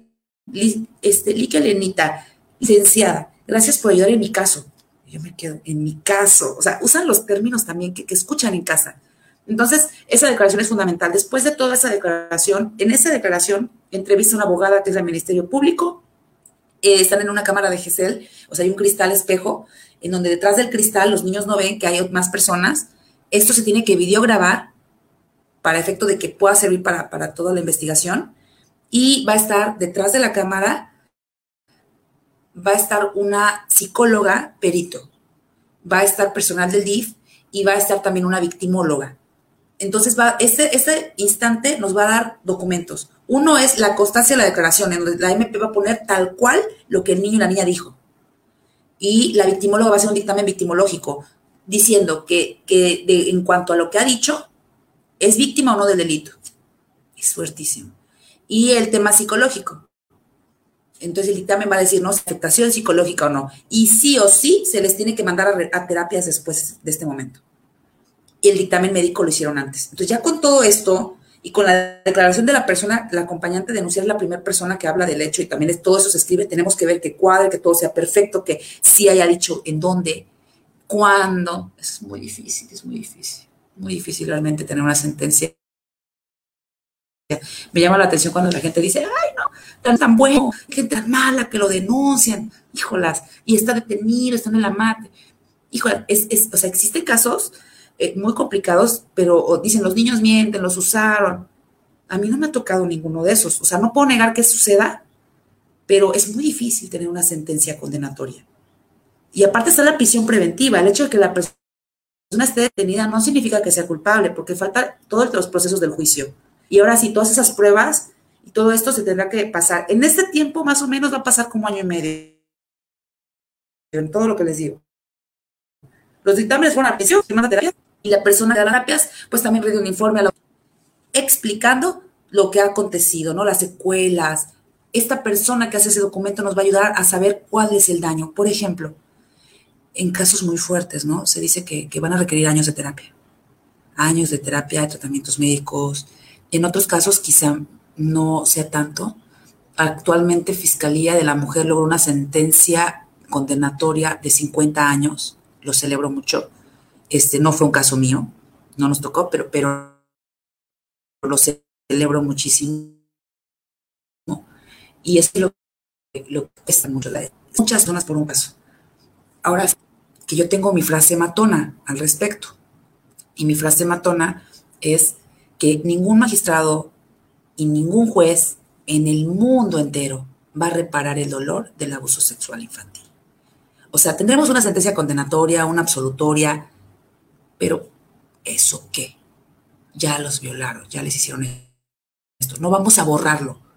[SPEAKER 5] Lica Lenita, licenciada, gracias por ayudar en mi caso. Yo me quedo, en mi caso. O sea, usan los términos también que escuchan en casa. Entonces, esa declaración es fundamental. Después de toda esa declaración, en esa declaración, entrevista a una abogada que es del Ministerio Público, están en una cámara de GESEL, o sea, hay un cristal espejo, en donde detrás del cristal los niños no ven que hay más personas. Esto se tiene que videograbar para efecto de que pueda servir para toda la investigación. Y va a estar detrás de la cámara, va a estar una psicóloga perito, va a estar personal del DIF y va a estar también una victimóloga. Entonces, este instante nos va a dar documentos. Uno es la constancia de la declaración, en donde la MP va a poner tal cual lo que el niño y la niña dijo. Y la victimóloga va a hacer un dictamen victimológico, diciendo que en cuanto a lo que ha dicho, es víctima o no del delito. Es fuertísimo. Y el tema psicológico. Entonces el dictamen va a decir, no, si afectación psicológica o no. Y sí o sí se les tiene que mandar a terapias después de este momento. Y el dictamen médico lo hicieron antes. Entonces ya con todo esto y con la declaración de la persona, la acompañante denunciar es la primera persona que habla del hecho y también todo eso se escribe, tenemos que ver que cuadre, que todo sea perfecto, que sí haya dicho en dónde, cuándo. Eso es muy difícil, muy difícil realmente tener una sentencia. Me llama la atención cuando la gente dice, ay, no, tan bueno, gente tan mala que lo denuncian, híjolas, y está detenido, están en la mate. Híjolas, o sea, existen casos muy complicados, pero dicen, los niños mienten, los usaron. A mí no me ha tocado ninguno de esos. O sea, no puedo negar que suceda, pero es muy difícil tener una sentencia condenatoria. Y aparte está la prisión preventiva. El hecho de que la persona esté detenida no significa que sea culpable, porque faltan todos los procesos del juicio. Y ahora sí, todas esas pruebas y todo esto se tendrá que pasar. En este tiempo, más o menos, va a pasar como 1 año y medio. En todo lo que les digo. Los dictámenes fueron a prisión, y la persona de las terapias, pues también rindió un informe explicando lo que ha acontecido, ¿no? Las secuelas. Esta persona que hace ese documento nos va a ayudar a saber cuál es el daño. Por ejemplo, en casos muy fuertes, ¿no? Se dice que van a requerir años de terapia, tratamientos médicos. En otros casos quizá no sea tanto. Actualmente Fiscalía de la Mujer logró una sentencia condenatoria de 50 años. Lo celebro mucho. No fue un caso mío, no nos tocó, pero lo celebro muchísimo. Y es lo que cuesta mucho. Muchas personas por un caso. Ahora, que yo tengo mi frase matona al respecto. Y mi frase matona es que ningún magistrado y ningún juez en el mundo entero va a reparar el dolor del abuso sexual infantil. O sea, tendremos una sentencia condenatoria, una absolutoria, pero ¿eso qué? Ya los violaron, ya les hicieron esto. No vamos a borrarlo.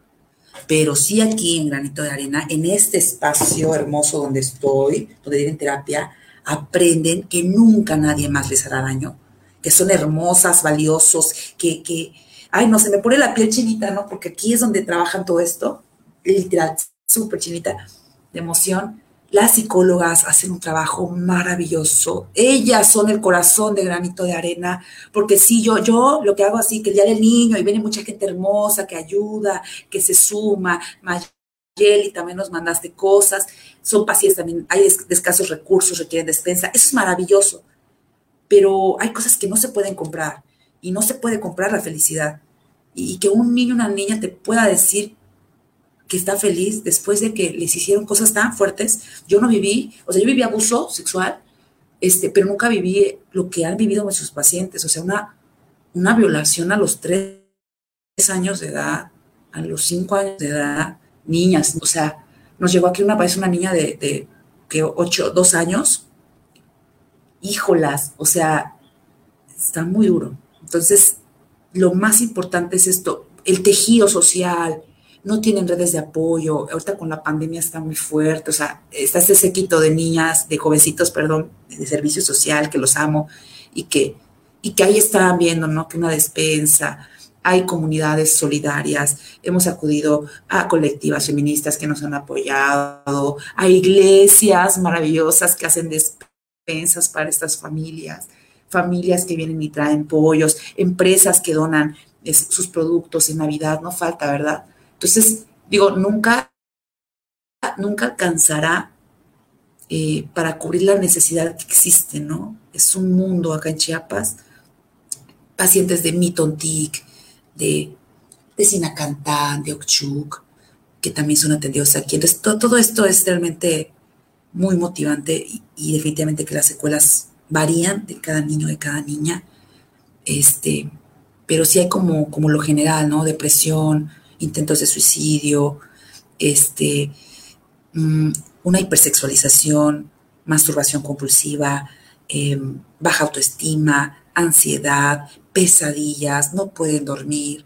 [SPEAKER 5] pero sí aquí en Granito de Arena, en este espacio hermoso donde estoy, donde tienen terapia, aprenden que nunca nadie más les hará daño, que son hermosas, valiosos, ay, no, se me pone la piel chinita, ¿no? Porque aquí es donde trabajan todo esto, literal, súper chinita, de emoción. Las psicólogas hacen un trabajo maravilloso. Ellas son el corazón de Granito de Arena, porque sí, yo lo que hago así, que el día del niño, y viene mucha gente hermosa que ayuda, que se suma, Mayeli, también nos mandaste cosas, son pacientes también, hay escasos recursos, requieren despensa, eso es maravilloso, pero hay cosas que no se pueden comprar, y no se puede comprar la felicidad, y que un niño o una niña te pueda decir que está feliz después de que les hicieron cosas tan fuertes. Yo no viví, o sea, yo viví abuso sexual, pero nunca viví lo que han vivido nuestros pacientes, o sea, una violación a los 3 años de edad, a los 5 años de edad, niñas, o sea, nos llegó aquí parece una niña de 2 años, híjolas, o sea, está muy duro. Entonces, lo más importante es esto, el tejido social, no tienen redes de apoyo, ahorita con la pandemia está muy fuerte, o sea, está ese séquito de niñas, de jovencitos, perdón, de servicio social, que los amo, y que ahí están viendo, ¿no? Que una despensa, hay comunidades solidarias, hemos acudido a colectivas feministas que nos han apoyado, a iglesias maravillosas que hacen despensas para estas familias que vienen y traen pollos, empresas que donan sus productos en Navidad, no falta, ¿verdad? Entonces, digo, nunca alcanzará para cubrir la necesidad que existe, ¿no? Es un mundo acá en Chiapas, pacientes de Mitontic, de Sinacantán, de Ochuc, que también son atendidos aquí. Entonces, todo esto es realmente muy motivante y definitivamente que las secuelas varían de cada niño, de cada niña, pero sí hay como lo general, ¿no? Depresión, intentos de suicidio, una hipersexualización, masturbación compulsiva, baja autoestima, ansiedad, pesadillas, no pueden dormir,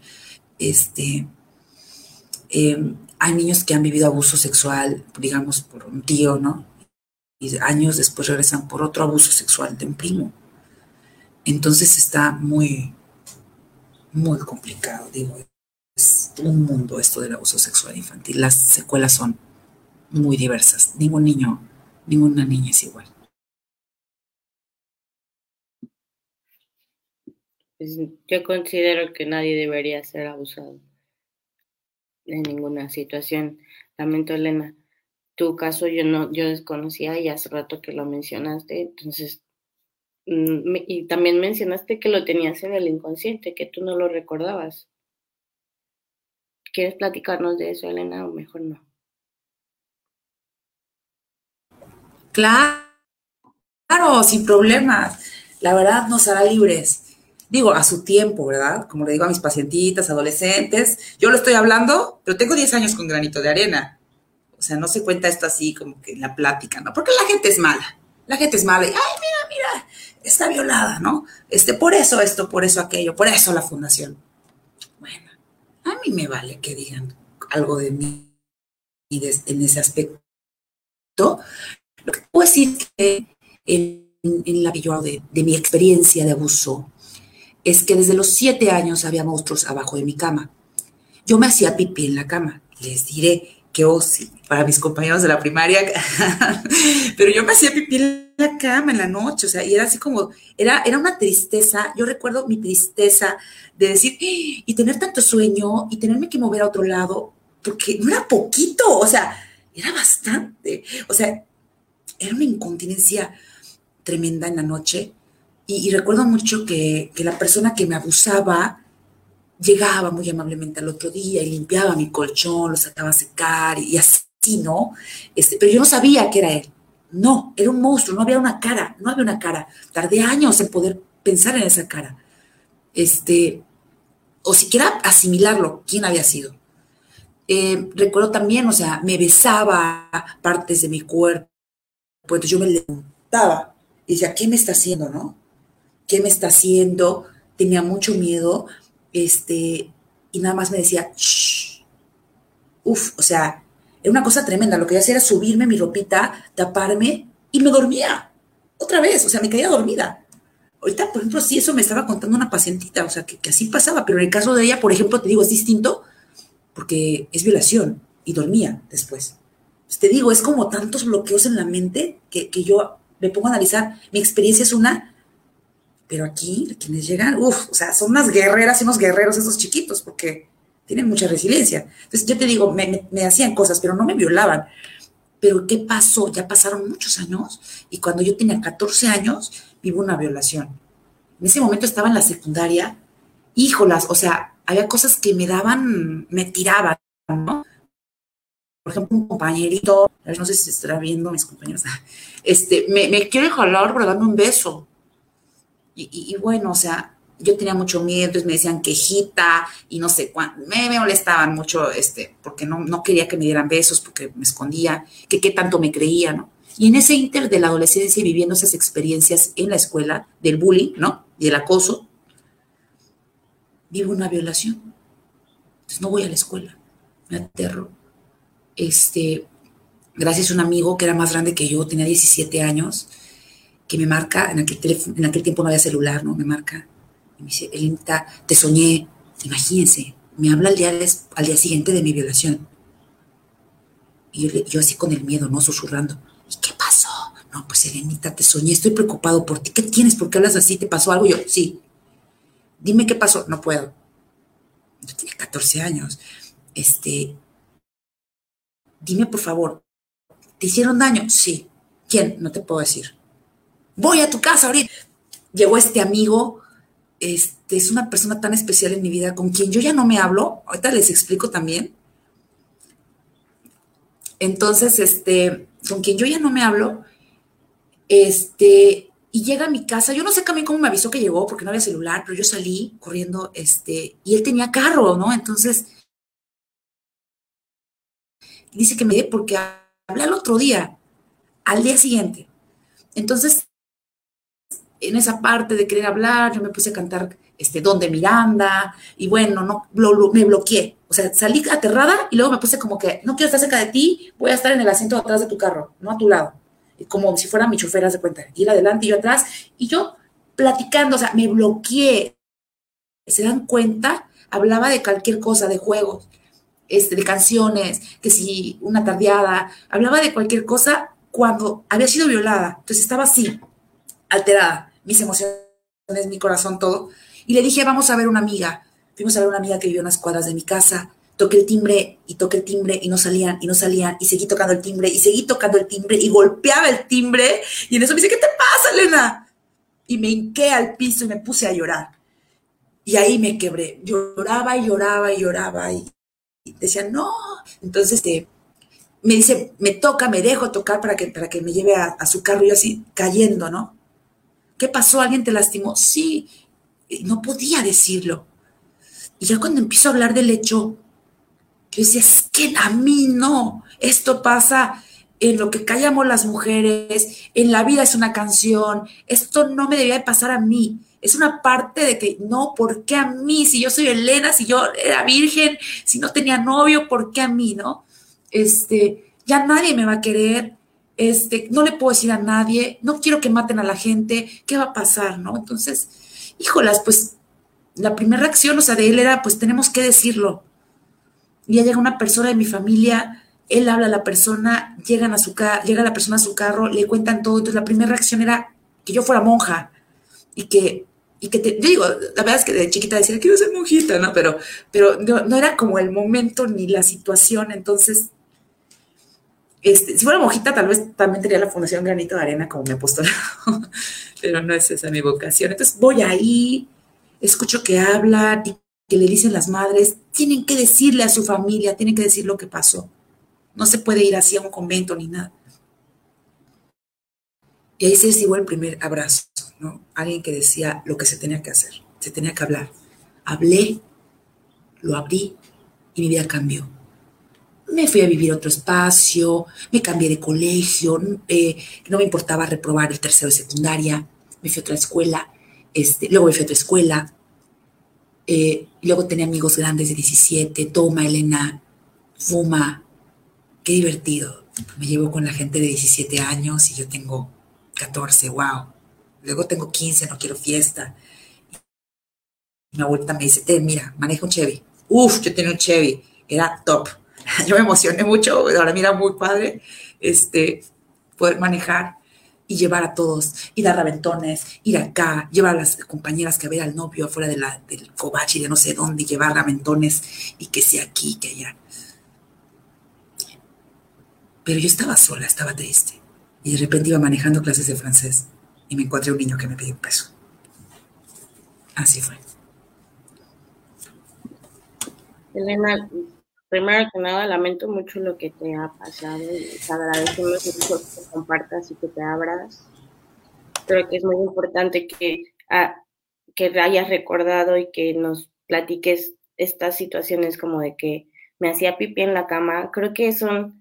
[SPEAKER 5] hay niños que han vivido abuso sexual, digamos, por un tío, ¿no? Y años después regresan por otro abuso sexual de un primo. Entonces está muy, muy complicado, digo, es un mundo esto del abuso sexual infantil. Las secuelas son muy diversas. Ningún niño, ninguna niña es igual.
[SPEAKER 1] Pues yo considero que nadie debería ser abusado en ninguna situación. Lamento, Elena, tu caso yo desconocía y hace rato que lo mencionaste, entonces, y también mencionaste que lo tenías en el inconsciente, que tú no lo recordabas. ¿Quieres platicarnos de eso, Elena, o mejor no?
[SPEAKER 5] Claro, sin problemas. La verdad nos hará libres. Digo, a su tiempo, ¿verdad? Como le digo a mis pacientitas, adolescentes, yo lo estoy hablando, pero tengo 10 años con Granito de Arena. O sea, no se cuenta esto así como que en la plática, ¿no? Porque la gente es mala. La gente es mala y, ay, mira, está violada, ¿no? Por eso esto, por eso aquello, por eso la fundación. Bueno, a mí me vale que digan algo de mí en ese aspecto. Lo que puedo decir que en la que yo hablo de mi experiencia de abuso es que desde los 7 años había monstruos abajo de mi cama. Yo me hacía pipí en la cama. Les diré que sí, para mis compañeros de la primaria, pero yo me hacía pipí en la cama en la noche, o sea, y era así como, era una tristeza. Yo recuerdo mi tristeza de decir, y tener tanto sueño y tenerme que mover a otro lado, porque no era poquito, o sea, era bastante, o sea, era una incontinencia tremenda en la noche. Y recuerdo mucho que la persona que me abusaba llegaba muy amablemente al otro día y limpiaba mi colchón, lo sacaba a secar y así, ¿no? Pero yo no sabía que era él. No, era un monstruo, no había una cara. Tardé años en poder pensar en esa cara. O siquiera asimilarlo, quién había sido. Recuerdo también, o sea, me besaba partes de mi cuerpo, entonces yo me levantaba y decía, ¿qué me está haciendo, no? ¿Qué me está haciendo? Tenía mucho miedo, y nada más me decía, shh, o sea, era una cosa tremenda. Lo que yo hacía era subirme mi ropita, taparme y me dormía. Otra vez, o sea, me caía dormida. Ahorita, por ejemplo, sí, eso me estaba contando una pacientita, o sea, que así pasaba, pero en el caso de ella, por ejemplo, te digo, es distinto porque es violación y dormía después. Pues te digo, es como tantos bloqueos en la mente que yo me pongo a analizar. Mi experiencia es una, pero aquí, quienes llegan, o sea, son unas guerreras y unos guerreros esos chiquitos, porque tienen mucha resiliencia. Entonces, yo te digo, me hacían cosas, pero no me violaban. Pero ¿qué pasó? Ya pasaron muchos años y cuando yo tenía 14 años, vivo una violación. En ese momento estaba en la secundaria, híjolas, o sea, había cosas que me daban, me tiraban, ¿no? Por ejemplo, un compañerito, no sé si se estará viendo mis compañeros, me quiere jalar para darme un beso. Y bueno, o sea, yo tenía mucho miedo, entonces me decían quejita y no sé cuánto. Me molestaban mucho, porque no quería que me dieran besos, porque me escondía, que qué tanto me creía, ¿no? Y en ese inter de la adolescencia y viviendo esas experiencias en la escuela, del bullying, ¿no? Y del acoso, vivo una violación. Entonces no voy a la escuela, me aterro. Gracias a un amigo que era más grande que yo, tenía 17 años, que me marca, en aquel tiempo no había celular, ¿no? Me marca y me dice, Elenita, te soñé, imagínense, me habla al día siguiente de mi violación. Y yo así con el miedo, ¿no? Susurrando, ¿y qué pasó? No, pues Elenita, te soñé, estoy preocupado por ti, ¿qué tienes? ¿Por qué hablas así? ¿Te pasó algo? Yo, sí. Dime qué pasó. No puedo. Yo tenía 14 años. Dime por favor, ¿te hicieron daño? Sí. ¿Quién? No te puedo decir. Voy a tu casa ahorita. Llegó este amigo, es una persona tan especial en mi vida, con quien yo ya no me hablo, ahorita les explico también. Entonces, con quien yo ya no me hablo, y llega a mi casa, yo no sé también cómo me avisó que llegó, porque no había celular, pero yo salí corriendo, y él tenía carro, ¿no? Entonces, dice que me porque hablé al otro día, al día siguiente. Entonces, en esa parte de querer hablar, yo me puse a cantar Don de Miranda, y bueno, no, me bloqueé. O sea, salí aterrada y luego me puse como que, no quiero estar cerca de ti, voy a estar en el asiento de atrás de tu carro, no a tu lado. Como si fuera mi chofer, haz de cuenta. Ir adelante y yo atrás, y yo platicando, o sea, me bloqueé. ¿Se dan cuenta? Hablaba de cualquier cosa, de juegos, de canciones, que si una tardeada, hablaba de cualquier cosa cuando había sido violada. Entonces estaba así, alterada, mis emociones, mi corazón, todo. Y le dije, vamos a ver una amiga. Fuimos a ver una amiga que vivía a unas cuadras de mi casa. Toqué el timbre y no salían, y seguí tocando el timbre, y golpeaba el timbre, y en eso me dice, ¿qué te pasa, Elena? Y me hinqué al piso y me puse a llorar. Y ahí me quebré. Lloraba y decía, no. Entonces, me dice, me dejo tocar para que me lleve a su carro, y yo así cayendo, ¿no? ¿Qué pasó? ¿Alguien te lastimó? Sí. No podía decirlo. Y ya cuando empiezo a hablar del hecho, yo decía, es que a mí no. Esto pasa en lo que callamos las mujeres, en la vida es una canción. Esto no me debía de pasar a mí. Es una parte de que, no, ¿por qué a mí? Si yo soy Elena, si yo era virgen, si no tenía novio, ¿por qué a mí, no? Ya nadie me va a querer. No le puedo decir a nadie, no quiero que maten a la gente, ¿qué va a pasar, no? Entonces, híjolas, pues, la primera reacción, o sea, de él era, pues, tenemos que decirlo. Y ya llega una persona de mi familia, él habla a la persona, llega la persona a su carro, le cuentan todo. Entonces, la primera reacción era que yo fuera monja, yo digo, la verdad es que de chiquita decía, quiero ser monjita, ¿no? Pero no era como el momento ni la situación. Entonces, si fuera monjita, tal vez también tenía la Fundación Granito de Arena como mi apostolado, pero no es esa mi vocación. Entonces voy ahí, escucho que hablan y que le dicen las madres, tienen que decirle a su familia, tienen que decir lo que pasó. No se puede ir así a un convento ni nada. Y ahí se recibió el primer abrazo, ¿no? Alguien que decía lo que se tenía que hacer, se tenía que hablar. Hablé, lo abrí y mi vida cambió. Me fui a vivir a otro espacio, me cambié de colegio, no me importaba reprobar el tercero de secundaria, me fui a otra escuela, luego me fui a otra escuela, luego tenía amigos grandes de 17, toma, Elena, fuma, qué divertido. Me llevo con la gente de 17 años y yo tengo 14, wow. Luego tengo 15, no quiero fiesta. Mi abuelita me dice, mira, maneja un Chevy. Uf, yo tenía un Chevy, era top. Yo me emocioné mucho, ahora mira, muy padre, poder manejar y llevar a todos, ir a Raventones, ir acá, llevar a las compañeras que ver al novio afuera del Covachi, de no sé dónde, llevar Raventones y que sea aquí, que allá. Pero yo estaba sola, estaba triste. Y de repente iba manejando clases de francés y me encontré un niño que me pidió un peso. Así fue.
[SPEAKER 1] Elena, primero que nada, lamento mucho lo que te ha pasado y te agradecemos mucho que compartas y que te abras. Creo que es muy importante que hayas recordado y que nos platiques estas situaciones como de que me hacía pipí en la cama. Creo que son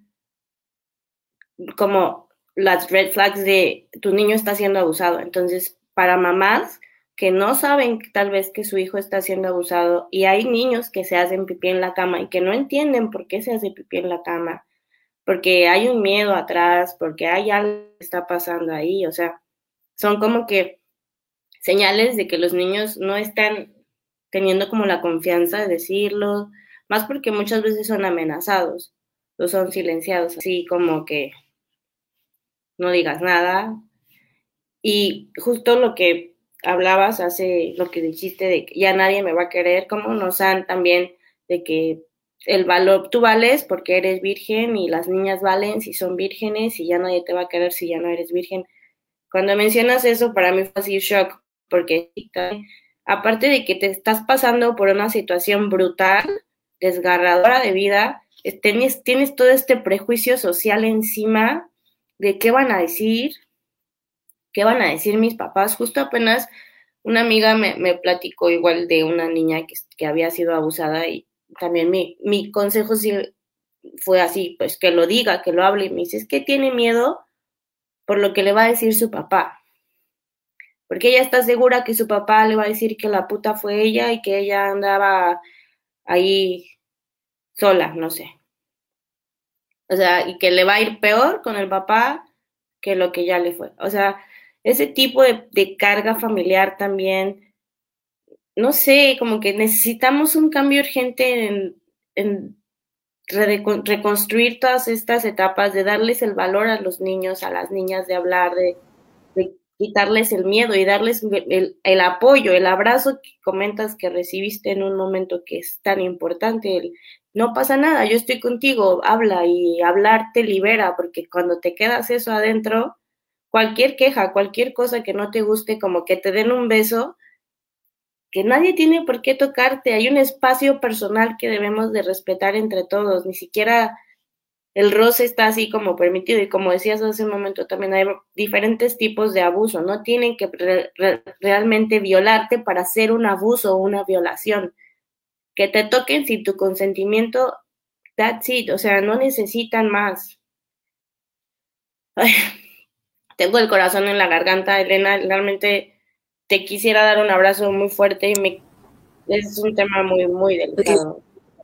[SPEAKER 1] como las red flags de tu niño está siendo abusado. Entonces, para mamás que no saben tal vez que su hijo está siendo abusado, y hay niños que se hacen pipí en la cama y que no entienden por qué se hace pipí en la cama, porque hay un miedo atrás, porque hay algo que está pasando ahí, o sea, son como que señales de que los niños no están teniendo como la confianza de decirlo, más porque muchas veces son amenazados, o son silenciados, así como que no digas nada. Y justo lo que hablabas lo que dijiste de que ya nadie me va a querer, como nos han también de que el valor, tú vales porque eres virgen y las niñas valen si son vírgenes y ya nadie te va a querer si ya no eres virgen. Cuando mencionas eso, para mí fue así shock, porque aparte de que te estás pasando por una situación brutal, desgarradora de vida, tienes todo este prejuicio social encima de qué van a decir mis papás. Justo apenas una amiga me platicó igual de una niña que había sido abusada y también mi consejo sí fue así, pues que lo diga, que lo hable. Y me dice, es que tiene miedo por lo que le va a decir su papá. Porque ella está segura que su papá le va a decir que la puta fue ella y que ella andaba ahí sola, no sé. O sea, y que le va a ir peor con el papá que lo que ya le fue. O sea, ese tipo de carga familiar también, no sé, como que necesitamos un cambio urgente en reconstruir todas estas etapas, de darles el valor a los niños, a las niñas, de hablar, de quitarles el miedo y darles el apoyo, el abrazo que comentas que recibiste en un momento que es tan importante. No pasa nada, yo estoy contigo, habla, y hablar te libera, porque cuando te quedas eso adentro, cualquier queja, cualquier cosa que no te guste, como que te den un beso, que nadie tiene por qué tocarte, hay un espacio personal que debemos de respetar entre todos, ni siquiera el roce está así como permitido, y como decías hace un momento también hay diferentes tipos de abuso, no tienen que realmente violarte para hacer un abuso o una violación, que te toquen sin tu consentimiento, that's it, o sea, no necesitan más. Ay, tengo el corazón en la garganta, Elena, realmente te quisiera dar un abrazo muy fuerte y es un tema muy, muy delicado.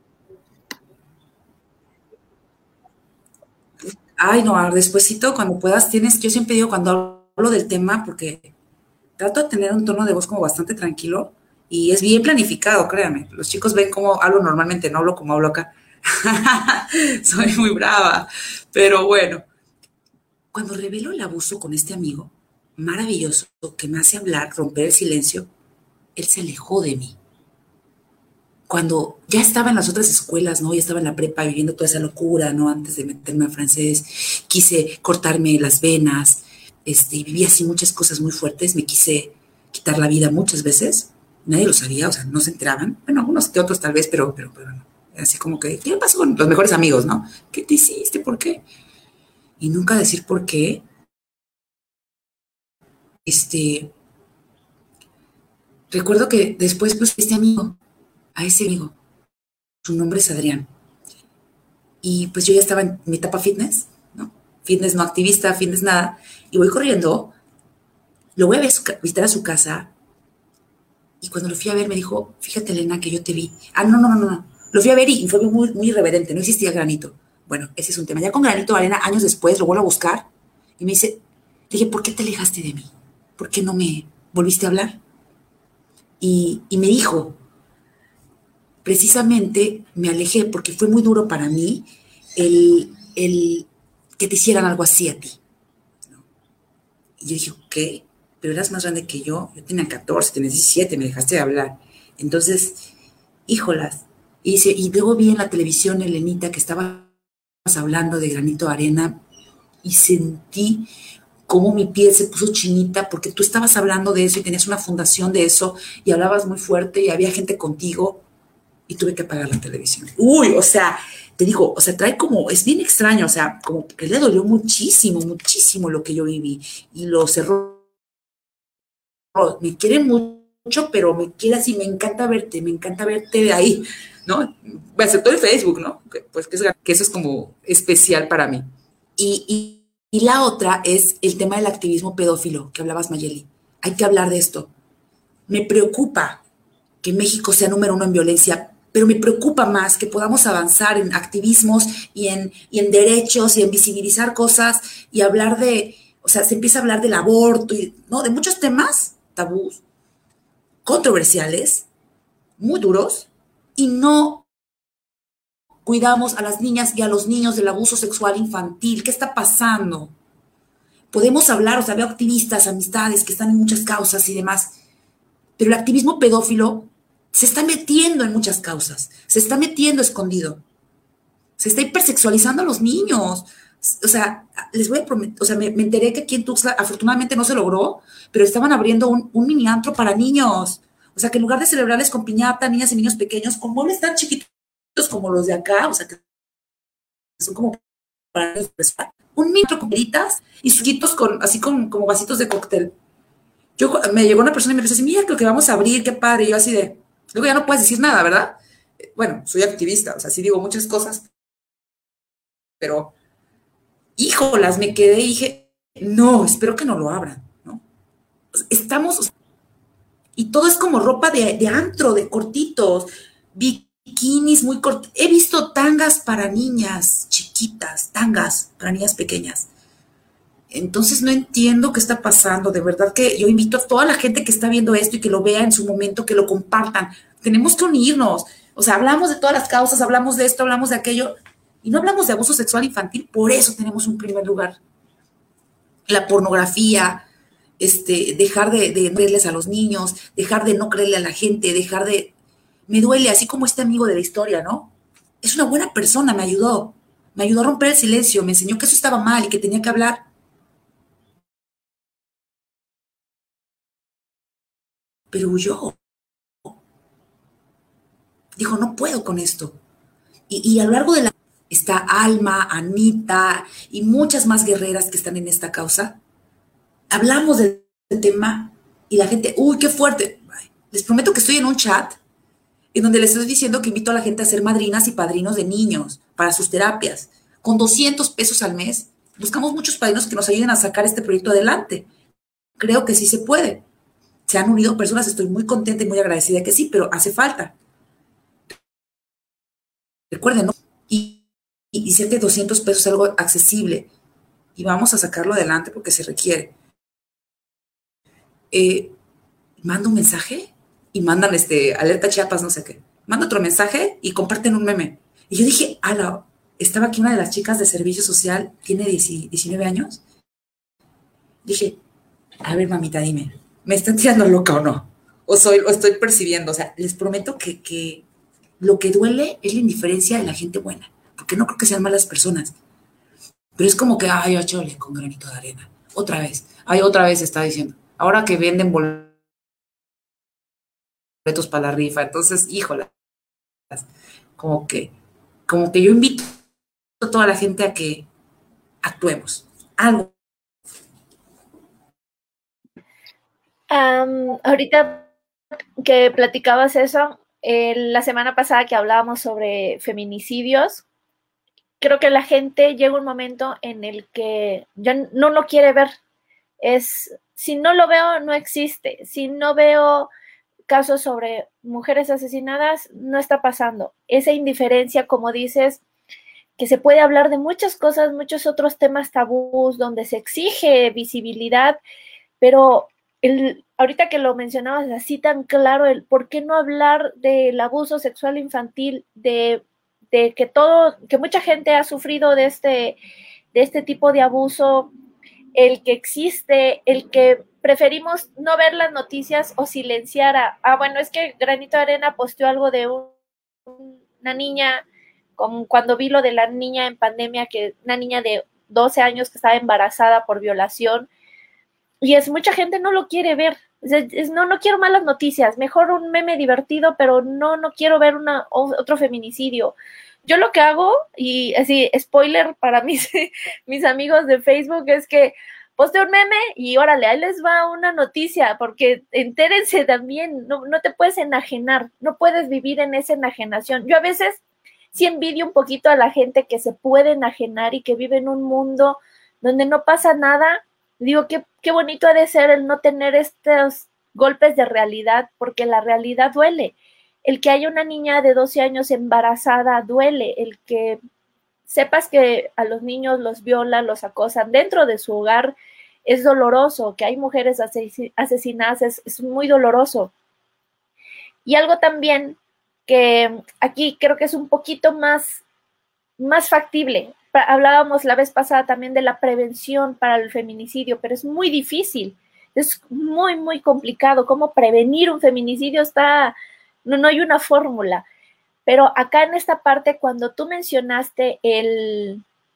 [SPEAKER 5] Ay, no, despuesito, cuando puedas, yo siempre digo cuando hablo del tema, porque trato de tener un tono de voz como bastante tranquilo y es bien planificado, créanme. Los chicos ven cómo hablo normalmente, no hablo como hablo acá. Soy muy brava, pero bueno. Cuando revelo el abuso con este amigo maravilloso que me hace hablar, romper el silencio, él se alejó de mí. Cuando ya estaba en las otras escuelas, ¿no? Ya estaba en la prepa viviendo toda esa locura, ¿no? Antes de meterme a francés, quise cortarme las venas, viví así muchas cosas muy fuertes, me quise quitar la vida muchas veces, nadie lo sabía, o sea, no se enteraban, bueno, algunos que otros tal vez, pero bueno, así como que, ¿qué pasó con los mejores amigos, no? ¿Qué te hiciste? ¿Por qué? Y nunca decir por qué. Recuerdo que después, pues, a ese amigo, su nombre es Adrián, y pues yo ya estaba en mi etapa fitness, ¿no? Fitness no activista, fitness nada, y voy corriendo, lo voy a visitar a su casa, y cuando lo fui a ver me dijo, fíjate, Elena, que yo te vi. Ah, no, Lo fui a ver y fue muy, muy irreverente, no existía Granito. Bueno, ese es un tema. Ya con Granito de Arena, años después, lo vuelvo a buscar y me dice, le dije, ¿por qué te alejaste de mí? ¿Por qué no me volviste a hablar? Y me dijo, precisamente me alejé porque fue muy duro para mí el que te hicieran algo así a ti. Y yo dije, ok, pero eras más grande que yo tenía 14, tenía 17, me dejaste de hablar. Entonces, híjolas. Y luego vi en la televisión, Elenita, que estabas hablando de Granito de Arena y sentí cómo mi piel se puso chinita porque tú estabas hablando de eso y tenías una fundación de eso y hablabas muy fuerte y había gente contigo y tuve que apagar la televisión. Uy, o sea, te digo, o sea, trae como, es bien extraño, o sea, como que le dolió muchísimo, muchísimo lo que yo viví y lo cerró. Me quiere mucho, pero me quiere así, me encanta verte de ahí, ¿no? Me aceptó el Facebook, ¿no? Pues que eso es como especial para mí. Y la otra es el tema del activismo pedófilo, que hablabas, Mayeli. Hay que hablar de esto. Me preocupa que México sea número 1 en violencia, pero me preocupa más que podamos avanzar en activismos y en derechos y en visibilizar cosas y hablar de, o sea, se empieza a hablar del aborto, y, ¿no? De muchos temas tabús, controversiales, muy duros, y no cuidamos a las niñas y a los niños del abuso sexual infantil. ¿Qué está pasando? Podemos hablar, o sea, veo activistas, amistades que están en muchas causas y demás, pero el activismo pedófilo se está metiendo en muchas causas, se está metiendo escondido, se está hipersexualizando a los niños. O sea, les voy a prometer, o sea, me enteré que aquí en Tuxtla afortunadamente no se logró, pero estaban abriendo un mini antro para niños. O sea, que en lugar de celebrarles con piñata, niñas y niños pequeños, con muebles tan chiquitos como los de acá, o sea, que son como para niños, un mini antro con velitas y suquitos con, así como vasitos de cóctel. Me llegó una persona y me empezó a decir, mira, lo que vamos a abrir, qué padre. Y yo así de, luego ya no puedes decir nada, ¿verdad? Bueno, soy activista, o sea, sí digo muchas cosas, pero híjolas, me quedé y dije, no, espero que no lo abran, ¿no? Estamos, o sea, y todo es como ropa de antro, de cortitos, bikinis muy cortos. He visto tangas para niñas chiquitas, tangas para niñas pequeñas. Entonces no entiendo qué está pasando. De verdad que yo invito a toda la gente que está viendo esto y que lo vea en su momento, que lo compartan. Tenemos que unirnos. O sea, hablamos de todas las causas, hablamos de esto, hablamos de aquello, y no hablamos de abuso sexual infantil. Por eso tenemos un primer lugar. La pornografía, dejar de creerles a los niños, dejar de no creerle a la gente, dejar de... Me duele, así como este amigo de la historia, ¿no? Es una buena persona, me ayudó. Me ayudó a romper el silencio, me enseñó que eso estaba mal y que tenía que hablar. Pero huyó. Dijo, no puedo con esto. Y a lo largo de la... Está Alma, Anita y muchas más guerreras que están en esta causa. Hablamos del tema y la gente, uy, qué fuerte. Les prometo que estoy en un chat en donde les estoy diciendo que invito a la gente a ser madrinas y padrinos de niños para sus terapias. Con 200 pesos al mes, buscamos muchos padrinos que nos ayuden a sacar este proyecto adelante. Creo que sí se puede. Se han unido personas, estoy muy contenta y muy agradecida que sí, pero hace falta. Recuerden, ¿no? Y sé que 200 pesos es algo accesible y vamos a sacarlo adelante porque se requiere. Manda un mensaje y mandan alerta Chiapas, no sé qué. Manda otro mensaje y comparten un meme. Y yo dije, estaba aquí una de las chicas de servicio social, tiene 19 años. Dije, a ver, mamita, dime, ¿me están tirando loca o no? O estoy percibiendo, o sea, les prometo que lo que duele es la indiferencia de la gente buena, porque no creo que sean malas personas. Pero es como que, ay, chole, con Granito de Arena. Otra vez está diciendo. Ahora que venden boletos para la rifa, entonces, híjole, como que yo invito a toda la gente a que actuemos. Algo.
[SPEAKER 3] Ahorita que platicabas eso, la semana pasada que hablábamos sobre feminicidios, creo que la gente llega un momento en el que ya no lo quiere ver. Si no lo veo, no existe. Si no veo casos sobre mujeres asesinadas no está pasando. Esa indiferencia, como dices, que se puede hablar de muchas cosas, muchos otros temas tabús, donde se exige visibilidad, pero ahorita que lo mencionabas así tan claro, el por qué no hablar del abuso sexual infantil, de que mucha gente ha sufrido de este tipo de abuso, el que existe, el que preferimos no ver las noticias o silenciar bueno, es que Granito de Arena posteó algo de una niña, como cuando vi lo de la niña en pandemia, que una niña de 12 años que estaba embarazada por violación, y mucha gente no lo quiere ver. No quiero malas noticias, mejor un meme divertido, pero no quiero ver otro feminicidio. Yo lo que hago, y así, spoiler para mis amigos de Facebook, es que posteo un meme y órale, ahí les va una noticia, porque entérense también, no te puedes enajenar, no puedes vivir en esa enajenación. Yo a veces sí envidio un poquito a la gente que se puede enajenar y que vive en un mundo donde no pasa nada. Digo, qué bonito ha de ser el no tener estos golpes de realidad, porque la realidad duele. El que haya una niña de 12 años embarazada duele, el que sepas que a los niños los violan, los acosan dentro de su hogar es doloroso, que hay mujeres asesinadas es muy doloroso. Y algo también que aquí creo que es un poquito más factible. Hablábamos la vez pasada también de la prevención para el feminicidio, pero es muy difícil, es muy, muy complicado. ¿Cómo prevenir un feminicidio? No hay una fórmula. Pero acá en esta parte, cuando tú mencionaste que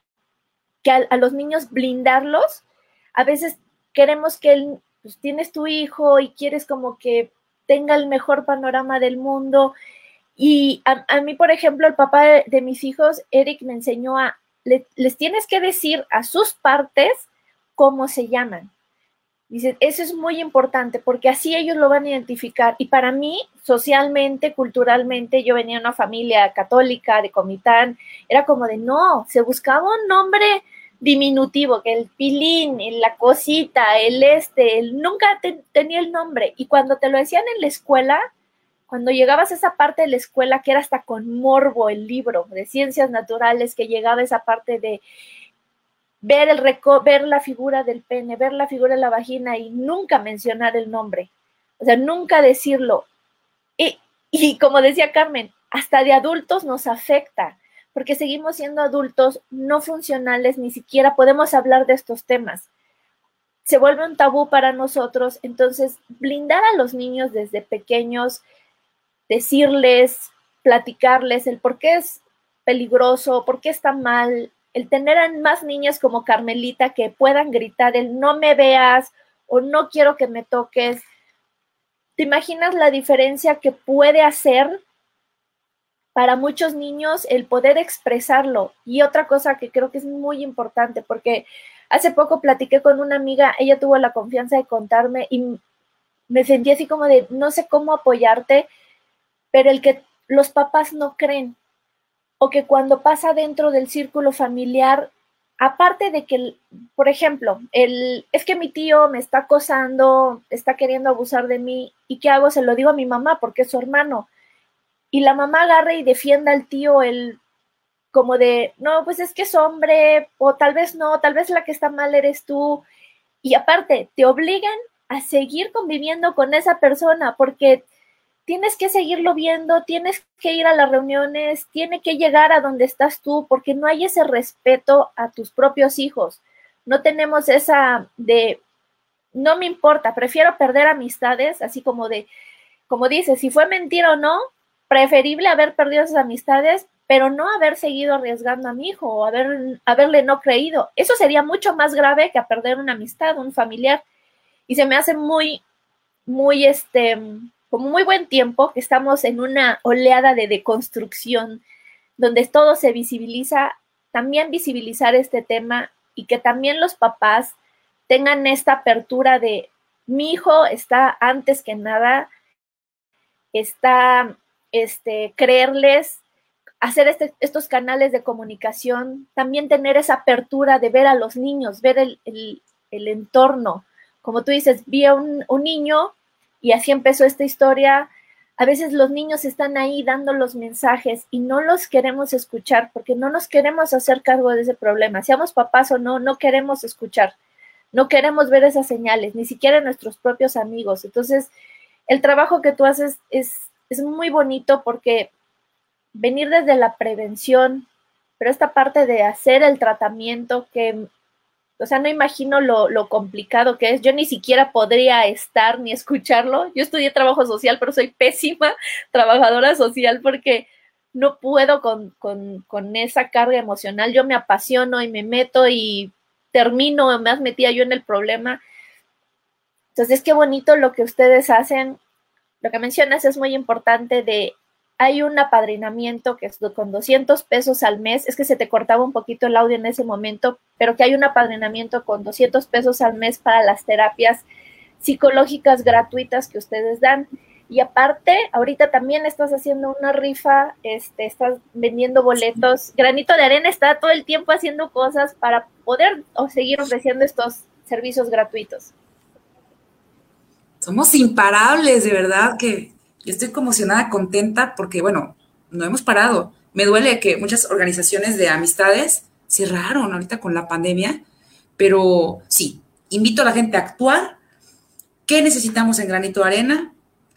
[SPEAKER 3] a los niños blindarlos, a veces queremos que pues, tienes tu hijo y quieres como que tenga el mejor panorama del mundo. Y a mí, por ejemplo, el papá de mis hijos, Eric, me enseñó les tienes que decir a sus partes cómo se llaman. Dice, eso es muy importante porque así ellos lo van a identificar. Y para mí, socialmente, culturalmente, yo venía de una familia católica, de Comitán, era como de no, se buscaba un nombre diminutivo, que el pilín, la cosita, él nunca tenía el nombre. Y cuando te lo decían en la escuela, cuando llegabas a esa parte de la escuela, que era hasta con morbo el libro de ciencias naturales, que llegaba esa parte de ver la figura del pene, ver la figura de la vagina y nunca mencionar el nombre, o sea, nunca decirlo. Y como decía Carmen, hasta de adultos nos afecta, porque seguimos siendo adultos no funcionales, ni siquiera podemos hablar de estos temas. Se vuelve un tabú para nosotros, entonces blindar a los niños desde pequeños, decirles, platicarles el por qué es peligroso, por qué está mal, el tener a más niñas como Carmelita que puedan gritar el no me veas o no quiero que me toques. ¿Te imaginas la diferencia que puede hacer para muchos niños el poder expresarlo? Y otra cosa que creo que es muy importante, porque hace poco platiqué con una amiga, ella tuvo la confianza de contarme y me sentí así como de no sé cómo apoyarte, pero el que los papás no creen, o que cuando pasa dentro del círculo familiar, aparte de que, por ejemplo, es que mi tío me está acosando, está queriendo abusar de mí, ¿y qué hago? Se lo digo a mi mamá porque es su hermano. Y la mamá agarra y defienda al tío, como de, no, pues es que es hombre, o tal vez no, tal vez la que está mal eres tú. Y aparte, te obligan a seguir conviviendo con esa persona porque tienes que seguirlo viendo, tienes que ir a las reuniones, tiene que llegar a donde estás tú, porque no hay ese respeto a tus propios hijos. No tenemos esa de, no me importa, prefiero perder amistades, así como dices, si fue mentira o no, preferible haber perdido esas amistades, pero no haber seguido arriesgando a mi hijo o haberle no creído. Eso sería mucho más grave que a perder una amistad, un familiar. Y se me hace muy, muy, como muy buen tiempo que estamos en una oleada de deconstrucción donde todo se visibiliza, también visibilizar este tema y que también los papás tengan esta apertura de mi hijo está antes que nada, está creerles, hacer estos canales de comunicación, también tener esa apertura de ver a los niños, ver el entorno. Como tú dices, vi a un niño Y así empezó esta historia. A veces los niños están ahí dando los mensajes y no los queremos escuchar porque no nos queremos hacer cargo de ese problema. Seamos papás o no, no queremos escuchar, no queremos ver esas señales, ni siquiera nuestros propios amigos. Entonces, el trabajo que tú haces es muy bonito porque venir desde la prevención, pero esta parte de hacer el tratamiento que... O sea, no imagino lo complicado que es. Yo ni siquiera podría estar ni escucharlo. Yo estudié trabajo social, pero soy pésima trabajadora social porque no puedo con esa carga emocional. Yo me apasiono y me meto y termino más metida yo en el problema. Entonces, qué bonito lo que ustedes hacen. Lo que mencionas es muy importante hay un apadrinamiento que es con 200 pesos al mes, es que se te cortaba un poquito el audio en ese momento, pero que hay un apadrinamiento con 200 pesos al mes para las terapias psicológicas gratuitas que ustedes dan. Y aparte, ahorita también estás haciendo una rifa, estás vendiendo boletos. Granito de Arena está todo el tiempo haciendo cosas para poder seguir ofreciendo estos servicios gratuitos.
[SPEAKER 5] Somos imparables, de verdad que... Yo estoy conmocionada, contenta, porque, bueno, no hemos parado. Me duele que muchas organizaciones de amistades cerraron ahorita con la pandemia, pero sí, invito a la gente a actuar. ¿Qué necesitamos en Granito de Arena?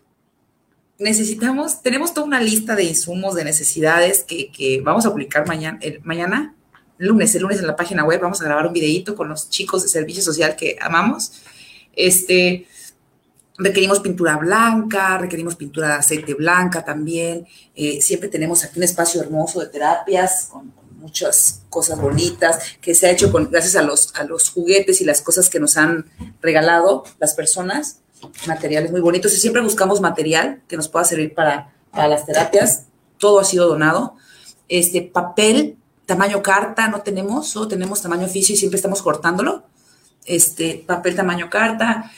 [SPEAKER 5] Tenemos toda una lista de insumos, de necesidades que vamos a publicar mañana, el lunes en la página web. Vamos a grabar un videíto con los chicos de servicio social que amamos. Requerimos pintura blanca, requerimos pintura de aceite blanca también. Siempre tenemos aquí un espacio hermoso de terapias con muchas cosas bonitas que se ha hecho gracias a los juguetes y las cosas que nos han regalado las personas. Materiales muy bonitos y siempre buscamos material que nos pueda servir para las terapias. Todo ha sido donado. Papel, tamaño carta no tenemos, solo tenemos tamaño oficio y siempre estamos cortándolo. Papel tamaño carta,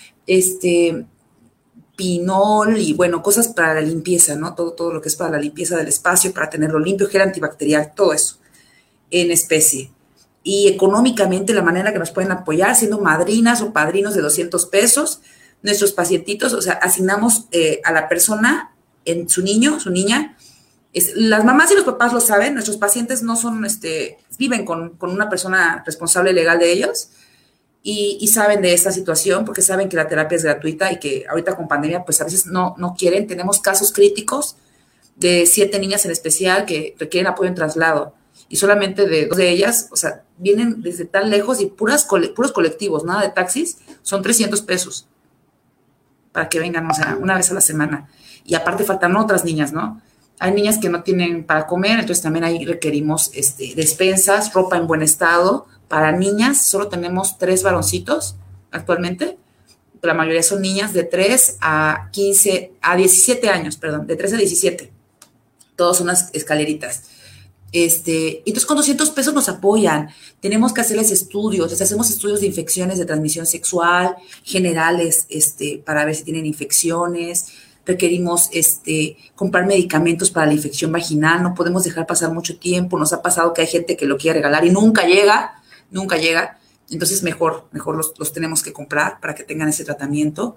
[SPEAKER 5] pinol y, bueno, cosas para la limpieza, ¿no? Todo lo que es para la limpieza del espacio, para tenerlo limpio, gel antibacterial, todo eso en especie. Y económicamente la manera que nos pueden apoyar, siendo madrinas o padrinos de 200 pesos, nuestros pacientitos, o sea, asignamos a la persona, en su niño, su niña, las mamás y los papás lo saben, nuestros pacientes no son, viven con una persona responsable legal de ellos, y saben de esta situación porque saben que la terapia es gratuita y que ahorita con pandemia pues a veces no quieren. Tenemos casos críticos de 7 niñas en especial que requieren apoyo en traslado y solamente de 2 de ellas, o sea, vienen desde tan lejos y puros colectivos, nada de taxis, son 300 pesos para que vengan, o sea, una vez a la semana. Y aparte faltan otras niñas, ¿no? Hay niñas que no tienen para comer, entonces también ahí requerimos despensas, ropa en buen estado. Para niñas solo tenemos 3 varoncitos actualmente. La mayoría son niñas de 3 a 17 años, perdón, de 3 a 17. Todos son unas escaleritas. Entonces con 200 pesos nos apoyan. Tenemos que hacerles estudios, hacemos estudios de infecciones de transmisión sexual, generales, para ver si tienen infecciones. Requerimos comprar medicamentos para la infección vaginal, no podemos dejar pasar mucho tiempo. Nos ha pasado que hay gente que lo quiere regalar y nunca llega, entonces mejor los tenemos que comprar para que tengan ese tratamiento.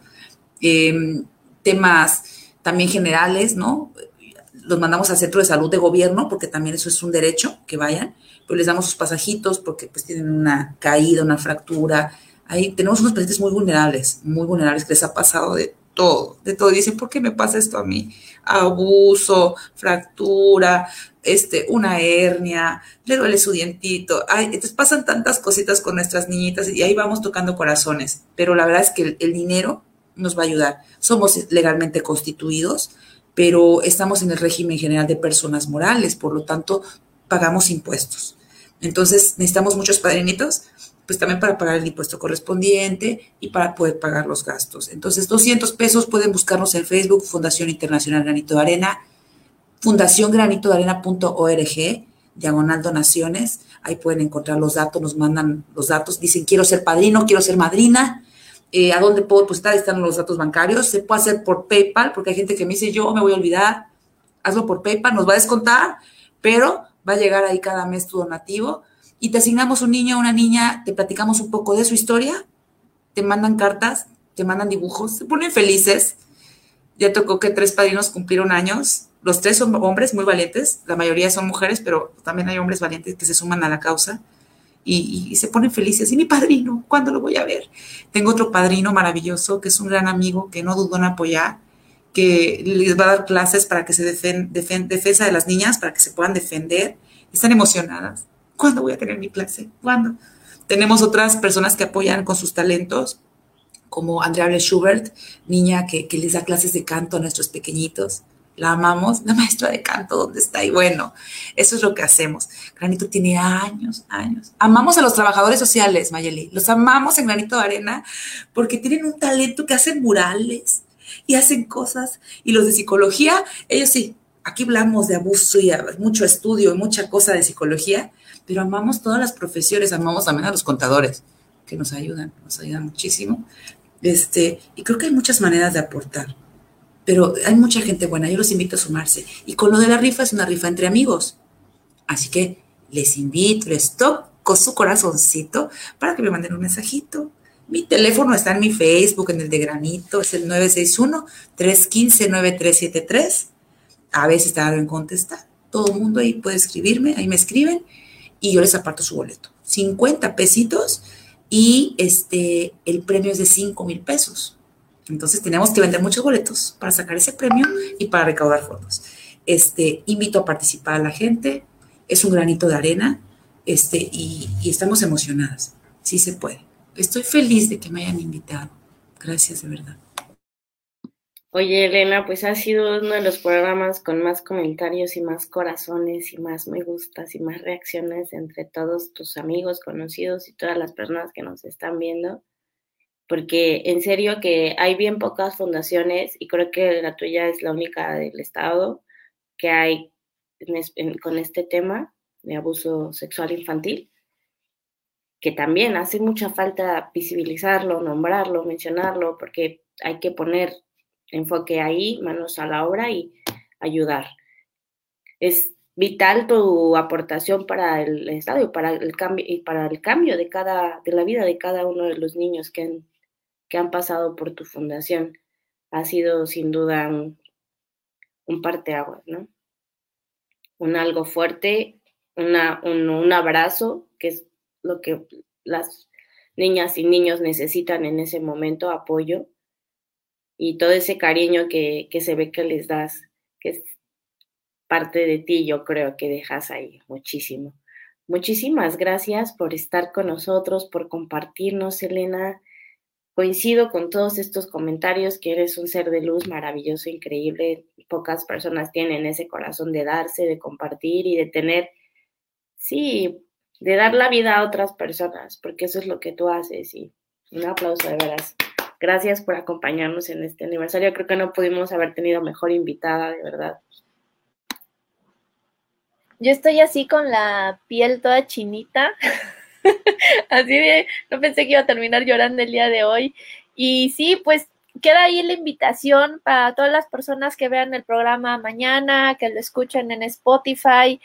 [SPEAKER 5] Temas también generales, ¿no? Los mandamos al centro de salud de gobierno porque también eso es un derecho, que vayan, pero les damos sus pasajitos porque pues tienen una caída, una fractura. Ahí tenemos unos pacientes muy vulnerables que les ha pasado de todo. Y dicen, ¿por qué me pasa esto a mí? Abuso, fractura, una hernia, le duele su dientito. Entonces pasan tantas cositas con nuestras niñitas y ahí vamos tocando corazones. Pero la verdad es que el dinero nos va a ayudar. Somos legalmente constituidos, pero estamos en el régimen general de personas morales, por lo tanto, pagamos impuestos. Entonces, necesitamos muchos padrinitos, pues también para pagar el impuesto correspondiente y para poder pagar los gastos. Entonces, 200 pesos, pueden buscarnos en Facebook, Fundación Internacional Granito de Arena, fundaciongranitodearena.org, /donaciones, ahí pueden encontrar los datos, nos mandan los datos, dicen, quiero ser padrino, quiero ser madrina, ¿a dónde puedo depositar? Están los datos bancarios, se puede hacer por PayPal, porque hay gente que me dice, yo me voy a olvidar, hazlo por PayPal, nos va a descontar, pero va a llegar ahí cada mes tu donativo, y te asignamos un niño o una niña, te platicamos un poco de su historia, te mandan cartas, te mandan dibujos, se ponen felices, Ya tocó que 3 padrinos cumplieron años. Los 3 son hombres muy valientes, la mayoría son mujeres, pero también hay hombres valientes que se suman a la causa y se ponen felices. ¿Y mi padrino? ¿Cuándo lo voy a ver? Tengo otro padrino maravilloso que es un gran amigo que no dudó en apoyar, que les va a dar clases para que se defensa de las niñas, para que se puedan defender. Están emocionadas. ¿Cuándo voy a tener mi clase? ¿Cuándo? Tenemos otras personas que apoyan con sus talentos, como Andrea Ble Schubert, niña que les da clases de canto a nuestros pequeñitos. La amamos, la maestra de canto, ¿dónde está? Y bueno, eso es lo que hacemos. Granito tiene años, años. Amamos a los trabajadores sociales, Mayeli. Los amamos en Granito de Arena porque tienen un talento que hacen murales y hacen cosas. Y los de psicología, ellos sí, aquí hablamos de abuso y mucho estudio y mucha cosa de psicología, pero amamos todas las profesiones, amamos también a los contadores, que nos ayudan muchísimo. Y creo que hay muchas maneras de aportar, pero hay mucha gente buena, yo los invito a sumarse. Y con lo de la rifa, es una rifa entre amigos. Así que les invito, les toco su corazoncito para que me manden un mensajito. Mi teléfono está en mi Facebook, en el de Granito, es el 961-315-9373. A veces tardo en contestar. Todo el mundo ahí puede escribirme, ahí me escriben y yo les aparto su boleto. 50 pesitos y el premio es de 5,000 pesos. Entonces tenemos que vender muchos boletos para sacar ese premio y para recaudar fondos. Invito a participar a la gente, es un granito de arena, y estamos emocionadas. Sí se puede. Estoy feliz de que me hayan invitado. Gracias, de verdad.
[SPEAKER 1] Oye, Elena, pues ha sido uno de los programas con más comentarios y más corazones y más me gustas y más reacciones entre todos tus amigos, conocidos y todas las personas que nos están viendo. Porque en serio que hay bien pocas fundaciones y creo que la tuya es la única del estado que hay con este tema de abuso sexual infantil, que también hace mucha falta visibilizarlo, nombrarlo, mencionarlo, porque hay que poner enfoque ahí, manos a la obra y ayudar. Es vital tu aportación para el estado y para el cambio de la vida de cada uno de los niños que han pasado por tu fundación. Ha sido sin duda un parteaguas, ¿no? Un algo fuerte, un abrazo, que es lo que las niñas y niños necesitan en ese momento, apoyo, y todo ese cariño que se ve que les das, que es parte de ti, yo creo que dejas ahí muchísimo. Muchísimas gracias por estar con nosotros, por compartirnos, Elena. Coincido con todos estos comentarios, que eres un ser de luz maravilloso, increíble. Pocas personas tienen ese corazón de darse, de compartir y de tener, sí, de dar la vida a otras personas, porque eso es lo que tú haces. Y un aplauso, de veras. Gracias por acompañarnos en este aniversario. Creo que no pudimos haber tenido mejor invitada, de verdad.
[SPEAKER 3] Yo estoy así con la piel toda chinita. Así de, no pensé que iba a terminar llorando el día de hoy. Y sí, pues queda ahí la invitación para todas las personas que vean el programa mañana, que lo escuchen en Spotify.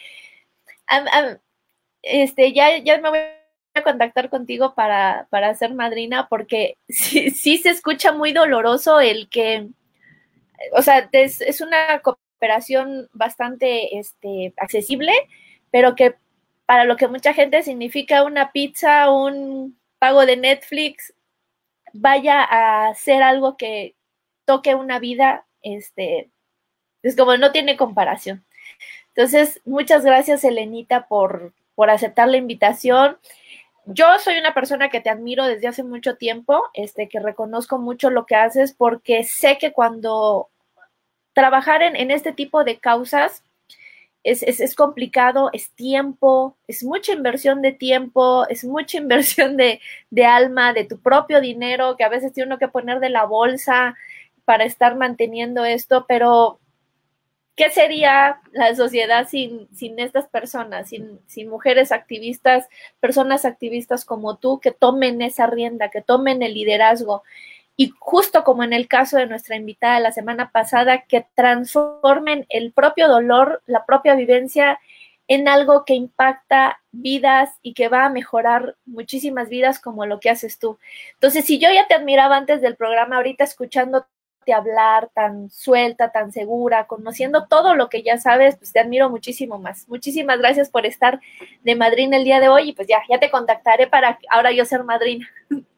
[SPEAKER 3] Ya me voy a contactar contigo para ser madrina, porque sí se escucha muy doloroso el que, o sea, es una cooperación bastante accesible, pero que para lo que mucha gente significa una pizza, un pago de Netflix, vaya a ser algo que toque una vida, es como no tiene comparación. Entonces, muchas gracias, Elenita, por aceptar la invitación. Yo soy una persona que te admiro desde hace mucho tiempo, que reconozco mucho lo que haces, porque sé que cuando trabajar en este tipo de causas es complicado, es tiempo, es mucha inversión de tiempo, es mucha inversión de alma, de tu propio dinero, que a veces tiene uno que poner de la bolsa para estar manteniendo esto, pero ¿qué sería la sociedad sin estas personas, sin mujeres activistas, personas activistas como tú, que tomen esa rienda, que tomen el liderazgo? Y justo como en el caso de nuestra invitada la semana pasada, que transformen el propio dolor, la propia vivencia, en algo que impacta vidas y que va a mejorar muchísimas vidas, como lo que haces tú. Entonces, si yo ya te admiraba antes del programa, ahorita escuchándote escuchándote hablar tan suelta, tan segura, conociendo todo lo que ya sabes, pues te admiro muchísimo más. Muchísimas gracias por estar de madrina el día de hoy y pues ya te contactaré para ahora yo ser madrina.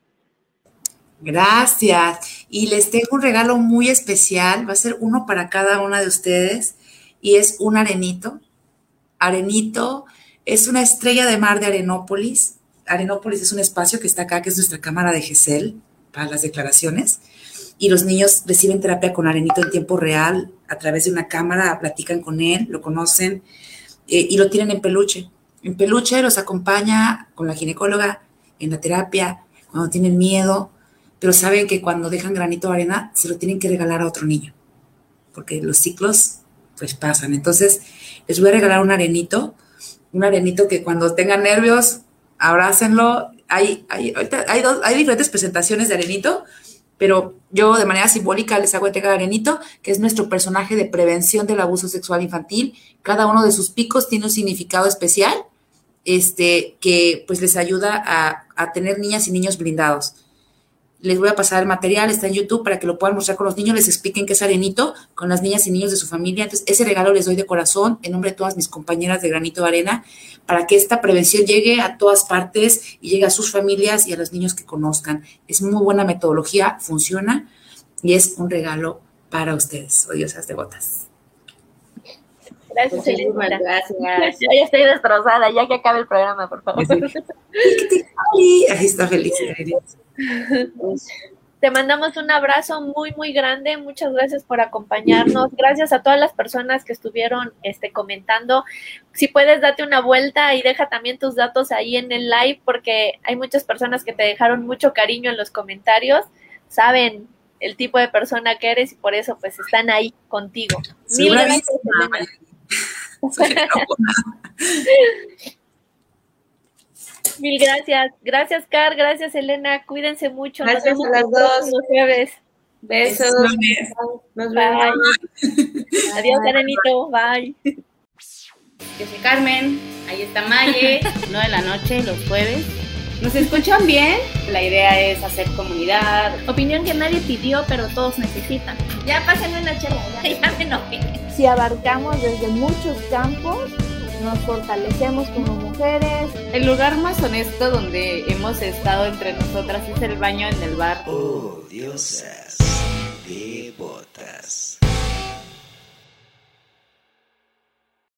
[SPEAKER 5] Gracias. Y les tengo un regalo muy especial. Va a ser uno para cada una de ustedes y es un arenito. Arenito es una estrella de mar de Arenópolis. Arenópolis es un espacio que está acá, que es nuestra cámara de GESEL para las declaraciones. Y los niños reciben terapia con Arenito en tiempo real, a través de una cámara, platican con él, lo conocen y lo tienen en peluche. En peluche los acompaña con la ginecóloga en la terapia, cuando tienen miedo, pero saben que cuando dejan granito de arena se lo tienen que regalar a otro niño, porque los ciclos pues pasan. Entonces les voy a regalar un arenito que cuando tengan nervios, abrácenlo. Hay diferentes presentaciones de arenito, pero yo de manera simbólica les hago entrega de arenito, que es nuestro personaje de prevención del abuso sexual infantil. Cada uno de sus picos tiene un significado especial, que pues les ayuda a tener niñas y niños blindados. Les voy a pasar el material, está en YouTube para que lo puedan mostrar con los niños, les expliquen qué es arenito con las niñas y niños de su familia. Entonces, ese regalo les doy de corazón, en nombre de todas mis compañeras de Granito de Arena, para que esta prevención llegue a todas partes y llegue a sus familias y a los niños que conozcan. Es muy buena metodología, funciona y es un regalo para ustedes, odiosas devotas.
[SPEAKER 3] Gracias,
[SPEAKER 1] Muchísimas
[SPEAKER 3] Elena.
[SPEAKER 1] gracias.
[SPEAKER 3] Yo ya estoy destrozada, ya que acabe el programa, por favor.
[SPEAKER 5] Ahí está feliz.
[SPEAKER 3] Te mandamos un abrazo muy, muy grande. Muchas gracias por acompañarnos. Gracias a todas las personas que estuvieron comentando. Si puedes, date una vuelta y deja también tus datos ahí en el live, porque hay muchas personas que te dejaron mucho cariño en los comentarios. Saben el tipo de persona que eres y por eso pues están ahí contigo. Mil gracias, Elena. Mil gracias. Gracias, Car. Gracias, Elena. Cuídense mucho.
[SPEAKER 1] Gracias
[SPEAKER 3] Nos
[SPEAKER 1] a las
[SPEAKER 3] vemos el
[SPEAKER 1] dos.
[SPEAKER 3] próximo jueves.
[SPEAKER 1] Besos. Nos vemos.
[SPEAKER 3] Bye. Adiós, Arenito. Bye.
[SPEAKER 6] Yo soy Carmen, ahí está Maye, 9 de la noche, los jueves. ¿Nos escuchan bien? La idea es hacer comunidad.
[SPEAKER 2] Opinión que nadie pidió, pero todos necesitan.
[SPEAKER 6] Ya pásenme una charla,
[SPEAKER 2] Ya me enojé.
[SPEAKER 3] Si abarcamos desde muchos campos, nos fortalecemos como mujeres.
[SPEAKER 6] El lugar más honesto donde hemos estado entre nosotras es el baño en el bar.
[SPEAKER 4] Odiosas devotas.